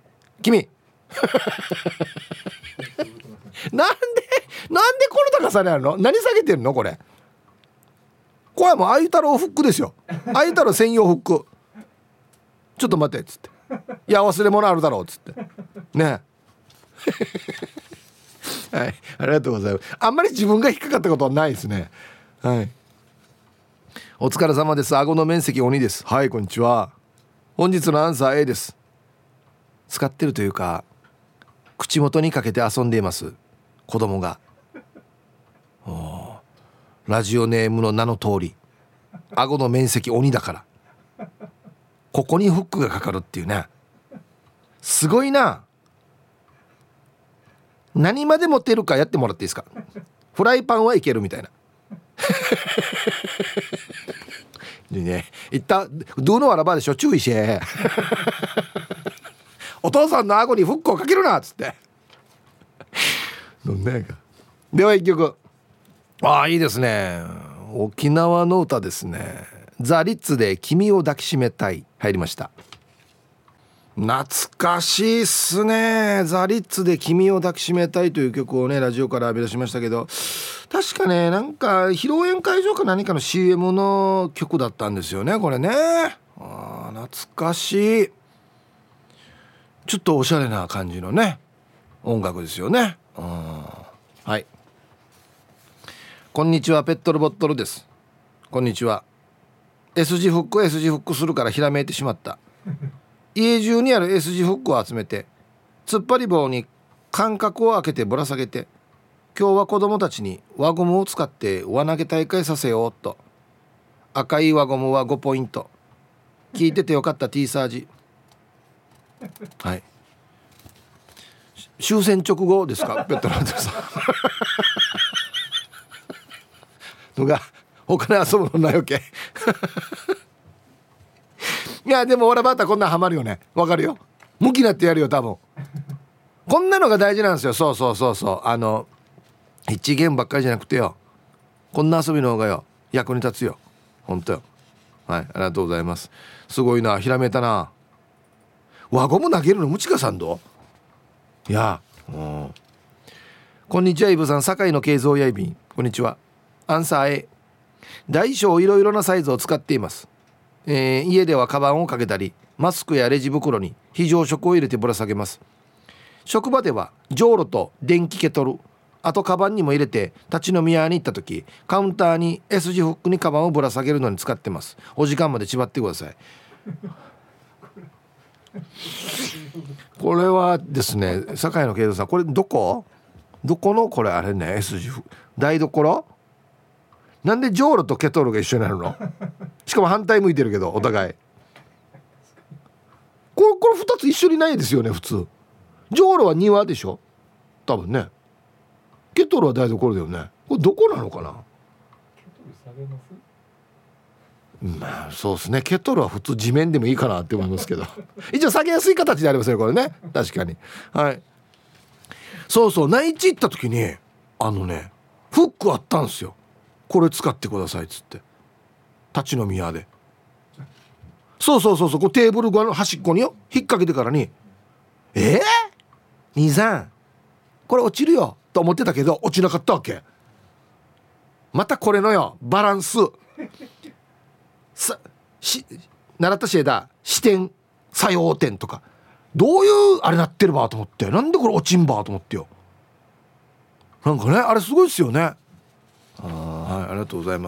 なんでこの高さにあるの。何下げてるのこれ。これはもうあゆ太郎フックですよ。あゆ太郎専用フック。ちょっと待ってっつって、いや忘れ物あるだろうっつってねはい、ありがとうございます。あんまり自分が引っかかったことはないですね。はい。お疲れ様です。顎の面積鬼です。はい、こんにちは。本日のアンサー A です。使ってるというか口元にかけて遊んでいます、子供が。ラジオネームの名の通り顎の面積鬼だから、ここにフックがかかるっていうね。すごいな。何まで持ってるかやってもらっていいですか。フライパンはいけるみたいなでね、いったどうのわらばでしょ、注意してお父さんの顎にフックをかけるなっつってどんなやか。では一曲。いいですね。沖縄の歌ですね。ザ・リッツで君を抱きしめたい入りました。 懐かしいっすね。ザ・リッツで君を抱きしめたいという曲をねラジオから浴び出しましたけど、確かねなんか披露宴会場か何かの CM の曲だったんですよねこれね。懐かしい。ちょっとおしゃれな感じのね音楽ですよね。はい、こんにちは、ペットルボットルです。こんにちは。 S 字フックするからひらめいてしまった。家中にある S 字フックを集めて突っ張り棒に間隔を空けてぶら下げて、今日は子供たちに輪ゴムを使って輪投げ大会させようと。赤い輪ゴムは5ポイント。聞いててよかった T サージ。はい、終戦直後ですかペットランドさんのが他で遊ぶのなよけいやでも俺バッタこんなんハマるよね。わかるよ。向きになってやるよ多分。こんなのが大事なんですよ。そう一元ばっかりじゃなくてよ、こんな遊びの方がよ役に立つよ本当よ。はい、ありがとうございます。すごいな、ひらめいたな。輪ゴム投げるのムチカさんどういや、こんにちはイブさん、堺の慶三やいびん。こんにちは。アンサー A。 大小いろいろなサイズを使っています。家ではカバンをかけたりマスクやレジ袋に非常食を入れてぶら下げます。職場ではじょうろと電気ケトル、あとカバンにも入れて立ち飲み屋に行った時カウンターに S 字フックにカバンをぶら下げるのに使ってます。お時間まで縛ってください。これはですね、堺の慶三さん、これどこのこれあれね S 字フック台所なんでじょうろとケトルが一緒になるのしかも反対向いてるけどお互いこれ2つ一緒にないですよね普通。じょうろは庭でしょ多分ね。ケトルは台所だよね。これどこなのかな。まあそうですね、ケトルは普通地面でもいいかなって思いますけど一応下げやすい形でありますねこれね。確かに。はい、そう内地行った時にフックあったんですよ。これ使ってくださいっつって立ち飲み屋で。そうこうテーブルの端っこによ引っ掛けてからに兄さんこれ落ちるよと思ってたけど落ちなかったわけ。またこれのよバランス習ったし枝視点作用点とかどういうあれなってるばと思って、なんでこれ落ちんばと思ってよ。なんかねあれすごいですよね。はい、ありがとうございます。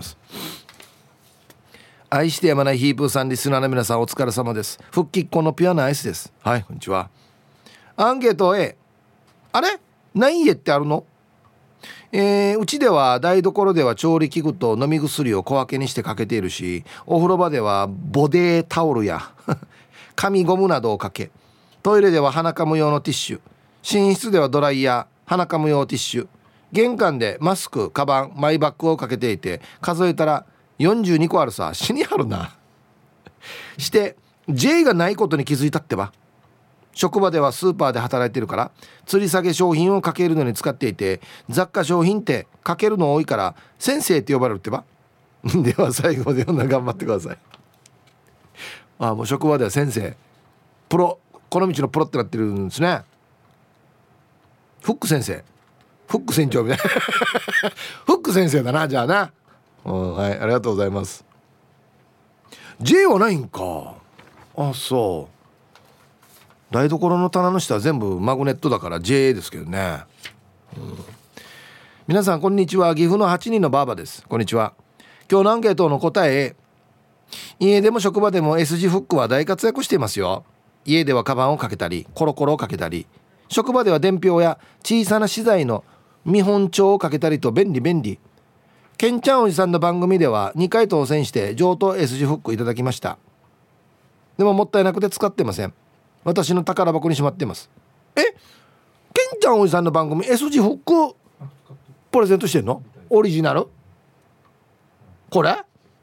愛してやまないヒープーさん、リスナーの皆さんお疲れ様です。復帰っ子のピュアなアイスです。はい、こんにちは。アンケート A。 あれ何家ってあるの？うちでは台所では調理器具と飲み薬を小分けにしてかけているし、お風呂場ではボデータオルや紙ゴムなどをかけ、トイレでは鼻かむ用のティッシュ、寝室ではドライヤー、鼻かむ用ティッシュ、玄関でマスク、カバン、マイバッグをかけていて数えたら42個あるさ。死にあるなして J がないことに気づいたってば。職場ではスーパーで働いてるから吊り下げ商品をかけるのに使っていて、雑貨商品ってかけるの多いから先生って呼ばれるってばでは最後まで読んだら頑張ってください。もう職場では先生プロ、この道のプロってなってるんですね。フック先生、フック船長みたいなフック先生だなじゃあな。はい、ありがとうございます。 J はないんか。そう、台所の棚の下は全部マグネットだから J ですけどね。皆さんこんにちは、岐阜の8人のばあばです。こんにちは。今日のアンケートの答え、家でも職場でも S 字フックは大活躍していますよ。家ではカバンをかけたりコロコロをかけたり、職場では伝票や小さな資材の見本帳をかけたりと便利。ケンちゃんおじさんの番組では2回当選して上等 S 字フックいただきました。でももったいなくて使ってません。私の宝箱にしまってます。ケンちゃんおじさんの番組 S 字フックプレゼントしてんの？オリジナル？これ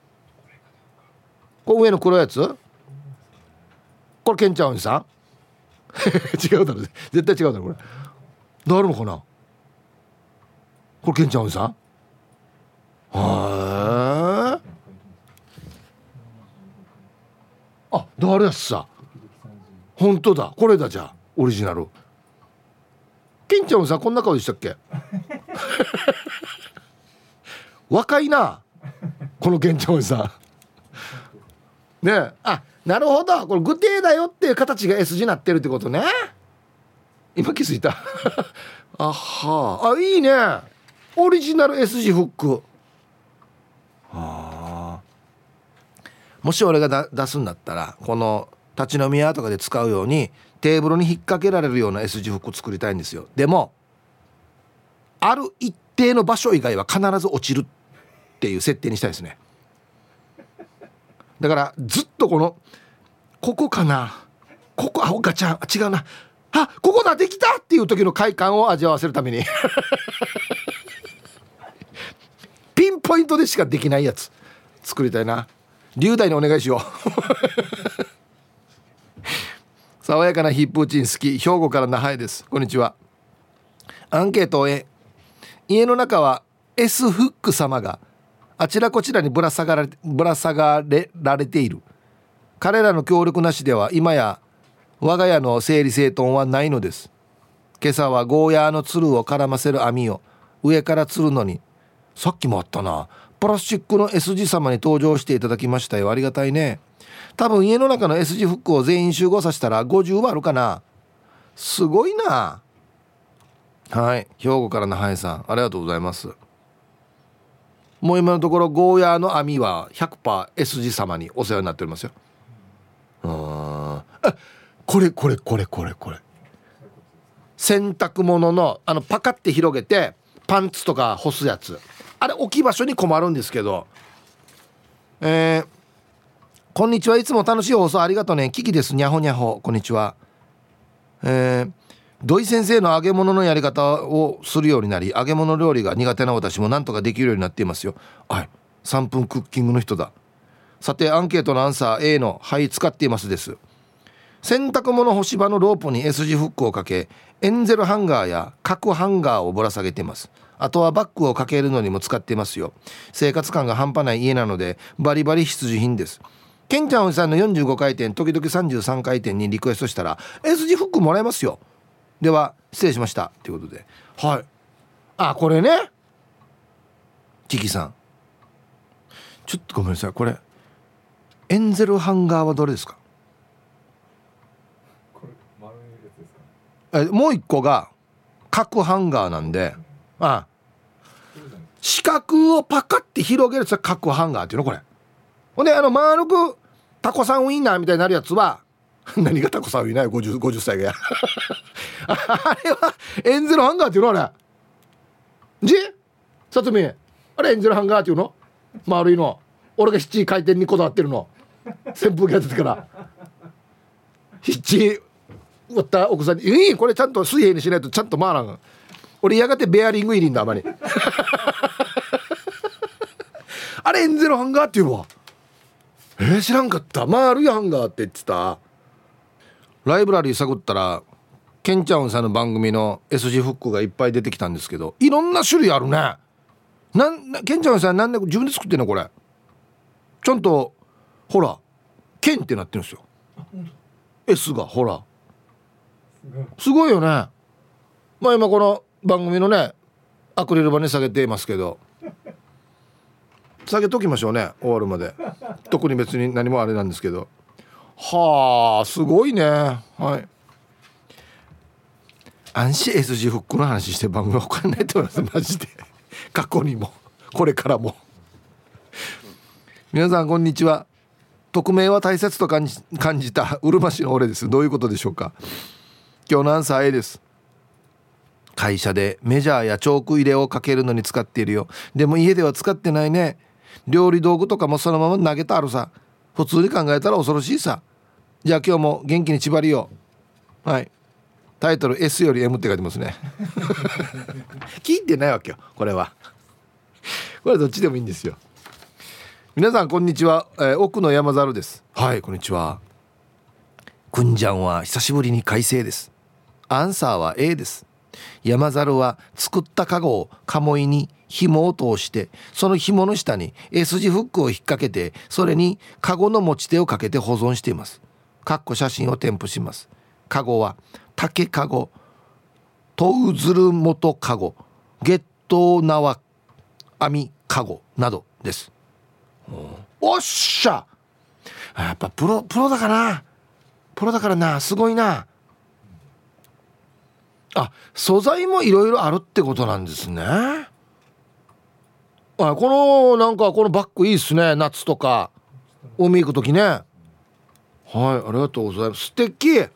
上の黒いやつ？これケンちゃんおじさん違うだろ、絶対違うだろこれ。誰もかなこれケンちゃんおじさん？誰やっさ。 本当だ、これだ。じゃあオリジナル。ケンちゃんさんこんな顔でしたっけ若いなこのケンちゃんさんねえ。あ、なるほど、これグテーだよっていう形が S 字になってるってことね。今気づいたあはあ、いいね、オリジナル S 字フック。はあ、もし俺が出すんだったらこの立ち飲み屋とかで使うようにテーブルに引っ掛けられるような S 字フック作りたいんですよ。でもある一定の場所以外は必ず落ちるっていう設定にしたいですね。だからずっとここかな、ここ、あ、ガチャン、違うな、あ、ここだ、できたっていう時の快感を味わわせるためにピンポイントでしかできないやつ作りたいな。龍大にお願いしよう爽やかなヒップーチン好き、兵庫から那覇へです。こんにちは。アンケート A、 家の中は S フック様があちらこちらにぶら下がられている。彼らの協力なしでは今や我が家の整理整頓はないのです。今朝はゴーヤーのつるを絡ませる網を上から吊るのに、さっきもあったな、プラスチックの S 字様に登場していただきましたよ。ありがたいね。多分家の中の S 字フックを全員集合させたら50はあるかな。すごいな。はい、兵庫から那覇さんありがとうございます。もう今のところゴーヤーの網は 100% S 字様にお世話になっておりますよ。あ、これ洗濯物のパカって広げてパンツとか干すやつ、あれ置き場所に困るんですけど、こんにちは、いつも楽しい放送ありがとうね、キキです、にゃほにゃほ。こんにちは。土井先生の揚げ物のやり方をするようになり、揚げ物料理が苦手な私もなんとかできるようになっていますよ。はい、3分クッキングの人だ。さてアンケートのアンサー A のはい使っていますです。洗濯物干し場のロープに S 字フックをかけ、エンゼルハンガーや角ハンガーをぶら下げています。あとはバッグをかけるのにも使っていますよ。生活感が半端ない家なのでバリバリ必需品です。ケンちゃんおじさんの45回転時々33回転にリクエストしたら S 字フックもらえますよ。では失礼しましたということで、はい、あ、これね、キキさんちょっとごめんなさい、これエンゼルハンガーはどれですか？ これ丸いやつですか？ もう一個が角ハンガーなんで、あ、四角をパカって広げるやつは角ハンガーっていうのこれ。ほんで丸くタコさんウインナーみたいになるやつは何がタコさんウインナーよ、50歳がやあれはエンゼルハンガーっていうのあれじさとみ、あれエンゼルハンガーっていうの丸いの、俺が7回転にこだわってるの、扇風機やってたから7割った奥さんにこれちゃんと水平にしないとちゃんと回らん。俺やがてベアリング入りんだあまりあれエンゼルハンガーっていうのは知らんかった。丸いハンガーって言ってた。ライブラリー探ったらケンちゃんさんの番組の S 字フックがいっぱい出てきたんですけど、いろんな種類あるね。ケンちゃんさんなんで自分で作ってんのこれ。ちゃんとほらケンってなってるんですよ。 S がほらすごいよね。まあ今この番組のねアクリル板に下げていますけど、下げときましょうね終わるまで。特に別に何もあれなんですけど、はあすごいね。はい、安心 S 字フックの話して番組わかんないと思いますマジで過去にもこれからも皆さんこんにちは。匿名は大切と感じたうるま市の俺です。どういうことでしょうか。今日のアンサー A です。会社でメジャーやチョーク入れをかけるのに使っているよ。でも家では使ってないね。料理道具とかもそのまま投げてあるさ。普通に考えたら恐ろしいさ。じゃあ今日も元気に縛りよう。はい、タイトル S より M って書いてますね聞いてないわけよこれはこれはどっちでもいいんですよ。皆さんこんにちは、奥の山猿です。はい、こんにちは。くんじゃんは久しぶりに快晴です。アンサーは A です。山猿は作ったカゴを鴨居に紐を通して、その紐の下に S 字フックを引っ掛けて、それにカゴの持ち手をかけて保存しています。 かっこ写真を添付します。カゴは竹カゴ、トウズルモトカゴ、ゲットナワ網カゴなどです。おっしゃ、やっぱプロだからな、すごいな。あ、素材もいろいろあるってことなんですね。あ、このバッグいいっすね。夏とか海行くときね。はい、ありがとうございます。素敵。はい、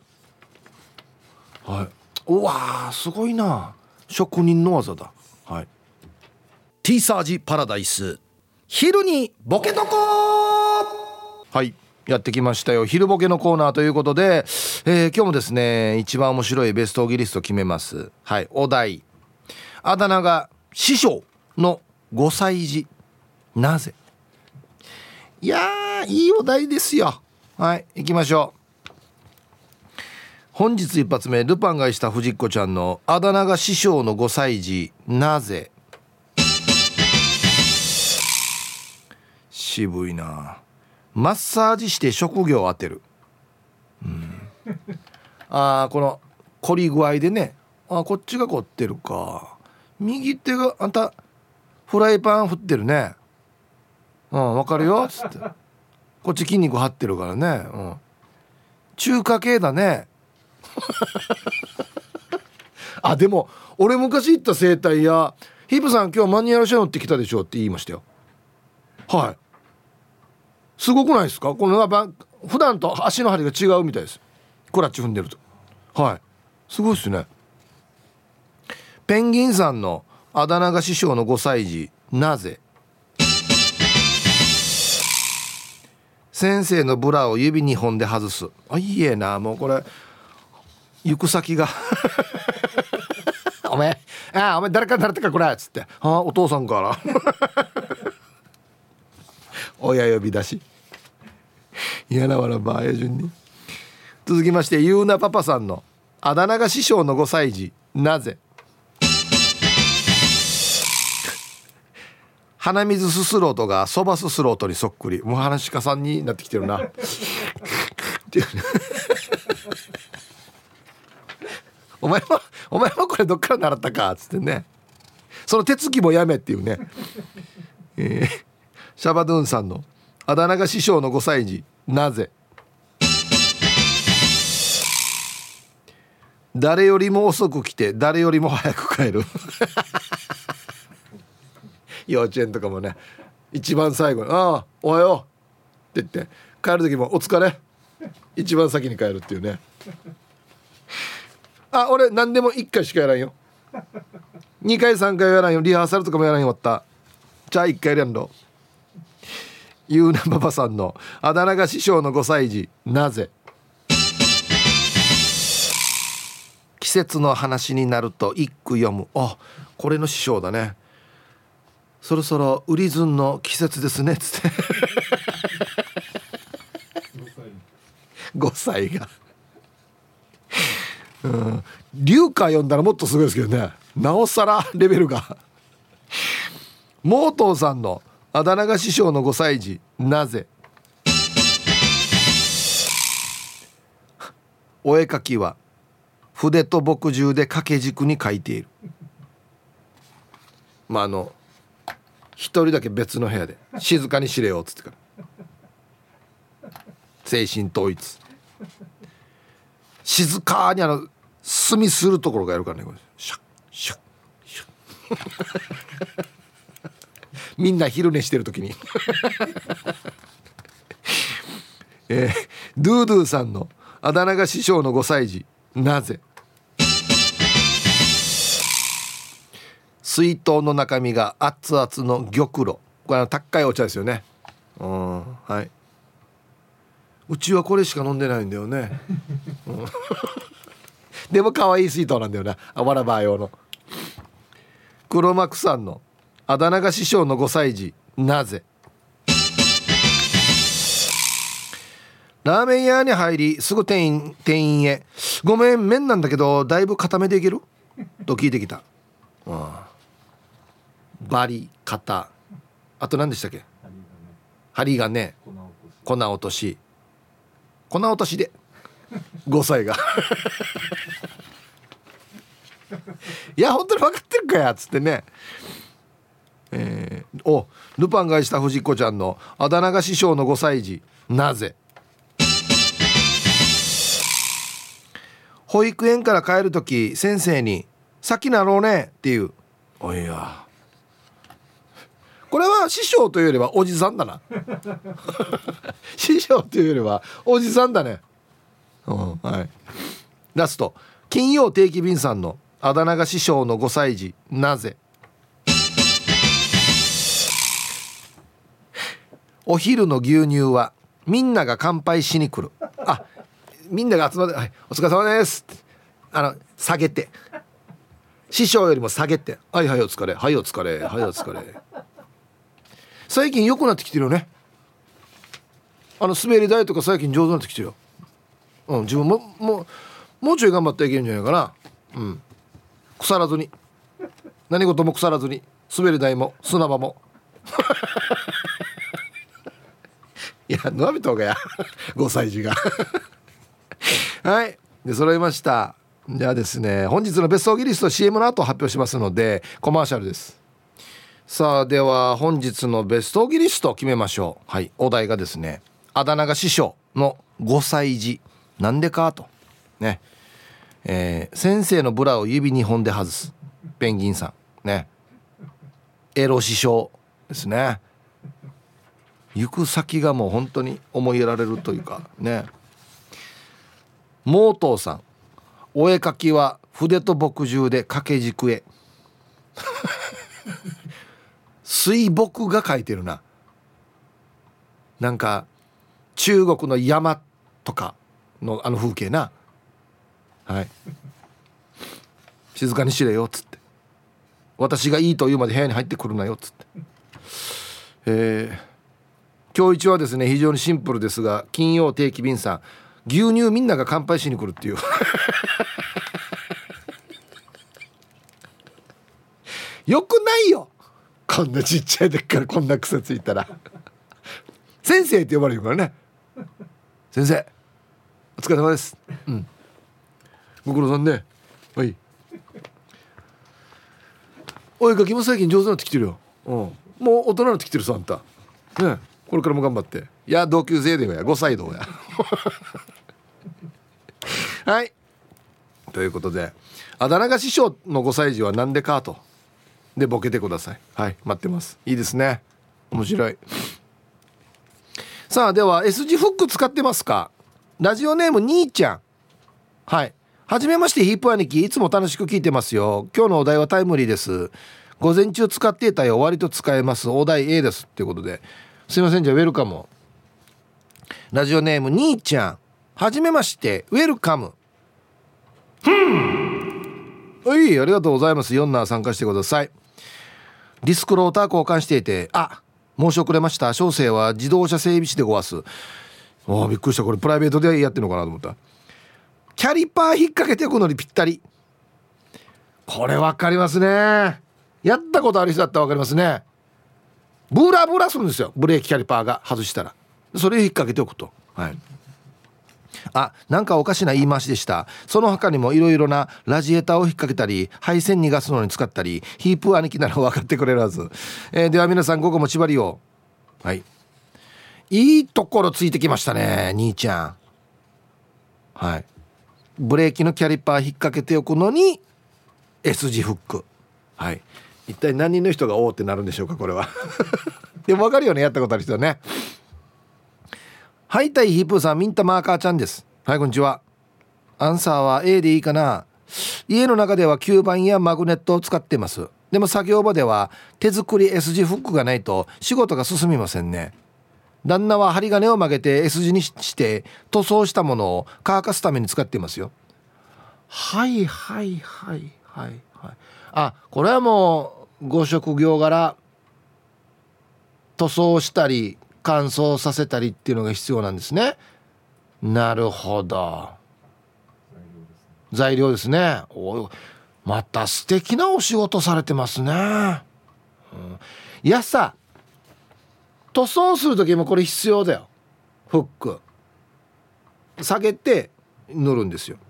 うわー、すごいな、職人の技だ。はい、T サージパラダイス、昼にボケとこ。はい、やってきましたよ、昼ボケのコーナーということで、今日もですね、一番面白いベストオギリスト決めます。はい、お題、あだ名が師匠の5歳児、なぜ。いやー、いいお題ですよ。はい、行きましょう。本日一発目、ルパンがした藤子ちゃんのあだ名が師匠の5歳児、なぜ。渋いな。マッサージして職業を当てる、あー、この凝り具合でね、あ、こっちが凝ってるか、右手があんたフライパン振ってるね、わかるよつって、こっち筋肉張ってるからね、中華系だねあ、でも俺昔行った整体屋、ヒープさん今日マニュアル車乗ってきたでしょって言いましたよ。はい、すごくないですか。この普段と足の張りが違うみたいです。クラッチ踏んでると。はい、すごいですね。ペンギンさんのあだ名が師匠の5歳児、なぜ。先生のブラを指2本で外す。あ、いいえな、もうこれ行く先がお前誰から習ってかこれっつって、お父さんから親呼び出し、嫌なわらばあや順に。続きまして、ゆうなパパさんのあだ名が師匠の5歳児、なぜ。鼻水すすろうとがそばすすろうとにそっくり。もう話し家さんになってきてるなお前もこれどっから習ったかっつってね、その手つきもやめっていうね、シャバドゥンさんのあだ名が師匠の5歳児、なぜ。誰よりも遅く来て誰よりも早く帰る幼稚園とかもね、一番最後におはようって言って帰る時もお疲れ、一番先に帰るっていうね。俺何でも1回しかやらんよ、2回3回やらんよ、リハーサルとかもやらんよ。終わった、じゃあ1回やんろ。ゆうなパパさんのあだ名が師匠の5歳児、なぜ。季節の話になると一句読む。これの師匠だね。そろそろウリズンの季節ですねつって5歳が龍華読んだらもっとすごいですけどね、なおさらレベルがモートーさんのあだ名が師匠の5歳児、なぜ。お絵描きは筆と墨汁で掛け軸に書いている。一人だけ別の部屋で静かにしれよっつってから精神統一、静かに墨するところがやるからね、これシャッシャッシャッみんな昼寝してる時にドゥードゥーさんのあだ名が師匠の5歳児、なぜ。水筒の中身が熱々の玉露、これ高いお茶ですよね。はい、うちはこれしか飲んでないんだよね、でも可愛い水筒なんだよな、わらば用の。黒幕さんのあだ名が師匠の5歳児、なぜ。ラーメン屋に入りすぐ店員へ、ごめん麺なんだけどだいぶ固めでいけると聞いてきた。バリ型、あと何でしたっけ、針金、粉落とし、 こんなお年で5歳がいや本当に分かってるかやっつってね、ルパンがした藤子ちゃんのあだ名が師匠の5歳児。なぜ？保育園から帰るとき先生にさっきなろうねっていう。おいや、これは師匠というよりはおじさんだな師匠というよりはおじさんだね。はい。ラスト、金曜定期便さんのあだ名が師匠の5歳児。なぜ？お昼の牛乳はみんなが乾杯しに来る。あ、みんなが集まって、はい、お疲れ様ですって下げて、師匠よりも下げて、はいはいお疲れ、はいお疲れ、はいお疲れ。最近良くなってきてるよね。滑り台とか最近上手になってきてるよ。自分もうちょい頑張っていけるんじゃないかな。腐らずに、何事も腐らずに、滑り台も砂場もいや伸びた方がや5歳児がはいで揃いました。じゃあですね、本日のベストギリスト CM の後発表しますのでコマーシャルです。さあでは本日のベストギリスト決めましょう。はい、お題がですね、あだ名が師匠の5歳児。なんでかとね、先生のブラを指2本で外すペンギンさんね、エロ師匠ですね。行く先がもう本当に思いやられるというかね。モートーさん、お絵描きは筆と墨汁で掛け軸へ水墨が描いてるな。なんか中国の山とかの風景な。はい、静かにしれよっつって、私がいいと言うまで部屋に入ってくるなよっつって。今日一はですね非常にシンプルですが、金曜定期便さん、牛乳みんなが乾杯しに来るっていうよくないよ、こんなちっちゃい時からこんな癖ついたら先生って呼ばれるからね。先生お疲れ様です、ご苦労さんね。はい、お絵描きも最近上手になってきてるよ。もう大人になってきてるさあんたね。これからも頑張って。いや同級生でよや5歳どうやはい、ということであだ名が師匠の5歳児はなんでかとでボケてください。はい、待ってます。いいですね、面白い。さあでは S 字フック使ってますか？ラジオネーム兄ちゃん。はい、はじめまして、ヒープ兄貴、いつも楽しく聞いてますよ。今日のお題はタイムリーです。午前中使っていたよ、割と使えます。お題 A ですっていうことで、すいません。じゃあウェルカム。ラジオネーム兄ちゃん、はじめまして、ウェルカム。はい、ありがとうございます。4な参加してください。ディスクローター交換していて、申し遅れました。小生は自動車整備士でごわす。びっくりした。これプライベートでやってるのかなと思った。キャリパー引っ掛けておくのにぴったり。これ分かりますね。やったことある人だったら分かりますね。ブラブラするんですよ、ブレーキキャリパーが外したら。それを引っ掛けておくと。はい。なんかおかしな言い回しでした。その他にもいろいろなラジエーターを引っ掛けたり、配線逃がすのに使ったり、ヒープ兄貴なら分かってくれるはず。では皆さん午後も縛りを。はい、いいところついてきましたね兄ちゃん。はい、ブレーキのキャリパー引っ掛けておくのに S 字フック。はい、一体何人の人がおーってなるんでしょうかこれはでも分かるよね、やったことある人はね。はい、タイヒープーさん、ミンタマーカーちゃんです。はい、こんにちは。アンサーは A でいいかな。家の中では吸盤やマグネットを使ってます。でも作業場では手作り S 字フックがないと仕事が進みませんね。旦那は針金を曲げて S 字にして塗装したものを乾かすために使っていますよ。はいはいはいはいはい。これはもうご職業柄塗装したり乾燥させたりっていうのが必要なんですね。なるほど、材料ですね。また素敵なお仕事されてますね。いやさ、塗装する時もこれ必要だよ、フック。 下げて塗るんですよ。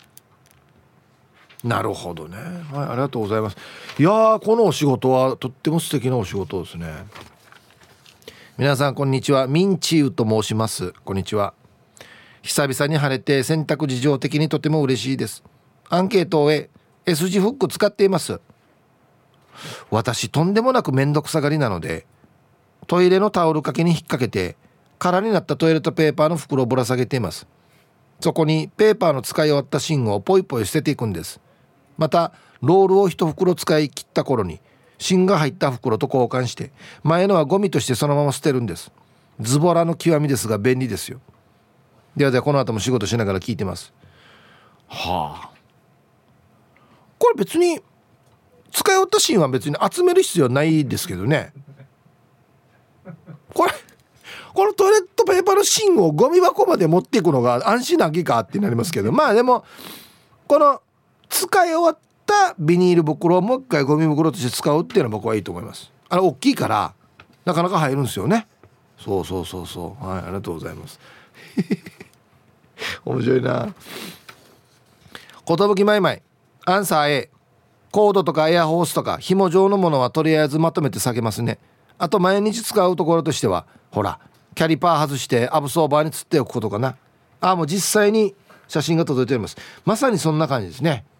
なるほどね。はい、ありがとうございます。いやー、このお仕事はとっても素敵なお仕事ですね。皆さんこんにちは、ミンチウと申します。こんにちは。久々に晴れて洗濯事情的にとても嬉しいです。アンケートを終え S 字フック使っています。私とんでもなくめんどくさがりなので、トイレのタオル掛けに引っ掛けて空になったトイレットペーパーの袋をぶら下げています。そこにペーパーの使い終わった芯をポイポイ捨てていくんです。またロールを一袋使い切った頃に芯が入った袋と交換して前のはゴミとしてそのまま捨てるんです。ズボラの極みですが便利ですよ。ではでは、この後も仕事しながら聞いてます。はあ、これ別に使い終わった芯は別に集める必要ないですけどね。このトイレットペーパーの芯をゴミ箱まで持っていくのが安心なきかってなりますけど、まあでもこの使い終わったビニール袋をもう一回ゴミ袋として使うっていうのは僕はいいと思います。大きいからなかなか入るんですよね。そうそうそうそう、はい、ありがとうございます。面白いな。ことぶきまいまい、アンサー A。 コードとかエアホースとか紐状のものはとりあえずまとめて下げますね。あと毎日使うところとしては、ほらキャリパー外してアブソーバーにつっておくことかな。もう実際に写真が届いております。まさにそんな感じですね。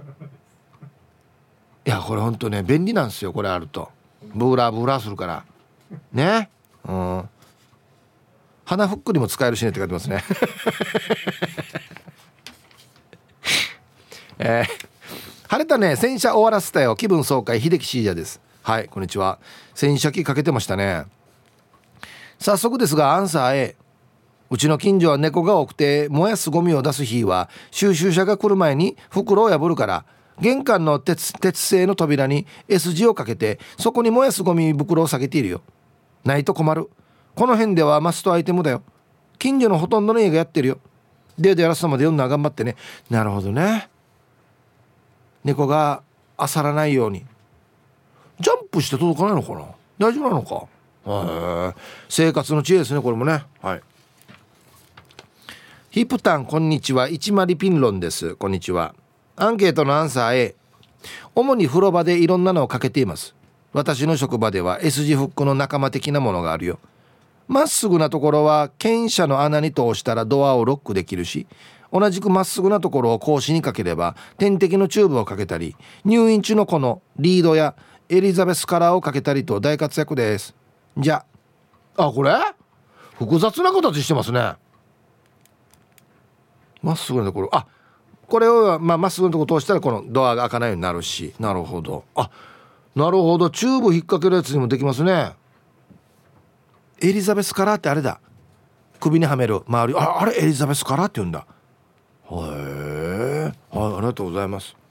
いやこれほんとね便利なんですよ。これあるとブーラーブーラーするからね。うん、鼻フックにも使えるしねって書いてますね。晴れたね。洗車終わらせたよ。気分爽快、秀樹シージャです。はい、こんにちは。洗車機かけてましたね。早速ですがアンサー A。 うちの近所は猫が多くて、燃やすゴミを出す日は収集車が来る前に袋を破るから、玄関の鉄製の扉に S 字をかけて、そこに燃やすゴミ袋を下げているよ。ないと困る。この辺ではマストアイテムだよ。近所のほとんどの家がやってるよ。でやらすのまで読んだら頑張ってね。なるほどね。猫が漁らないようにジャンプして届かないのかな、大丈夫なのか。生活の知恵ですねこれもね。はい。ヒップタンこんにちは、一丸ピンロンです。こんにちは。アンケートのアンサー A。 主に風呂場でいろんなのをかけています。私の職場では S 字フックの仲間的なものがあるよ。まっすぐなところは犬舎の穴に通したらドアをロックできるし、同じくまっすぐなところを格子にかければ点滴のチューブをかけたり、入院中の子のリードやエリザベスカラーをかけたりと大活躍です。じゃあ、これ複雑な形してますね。まっすぐなところ、これをまっすぐなところ通したらこのドアが開かないようになるし。なるほど。なるほど。チューブ引っ掛けるやつにもできますね。エリザベスカラーってあれだ、首にはめる周り、あれエリザベスカラーって言うんだ。へえ、はい、ありがとうございます。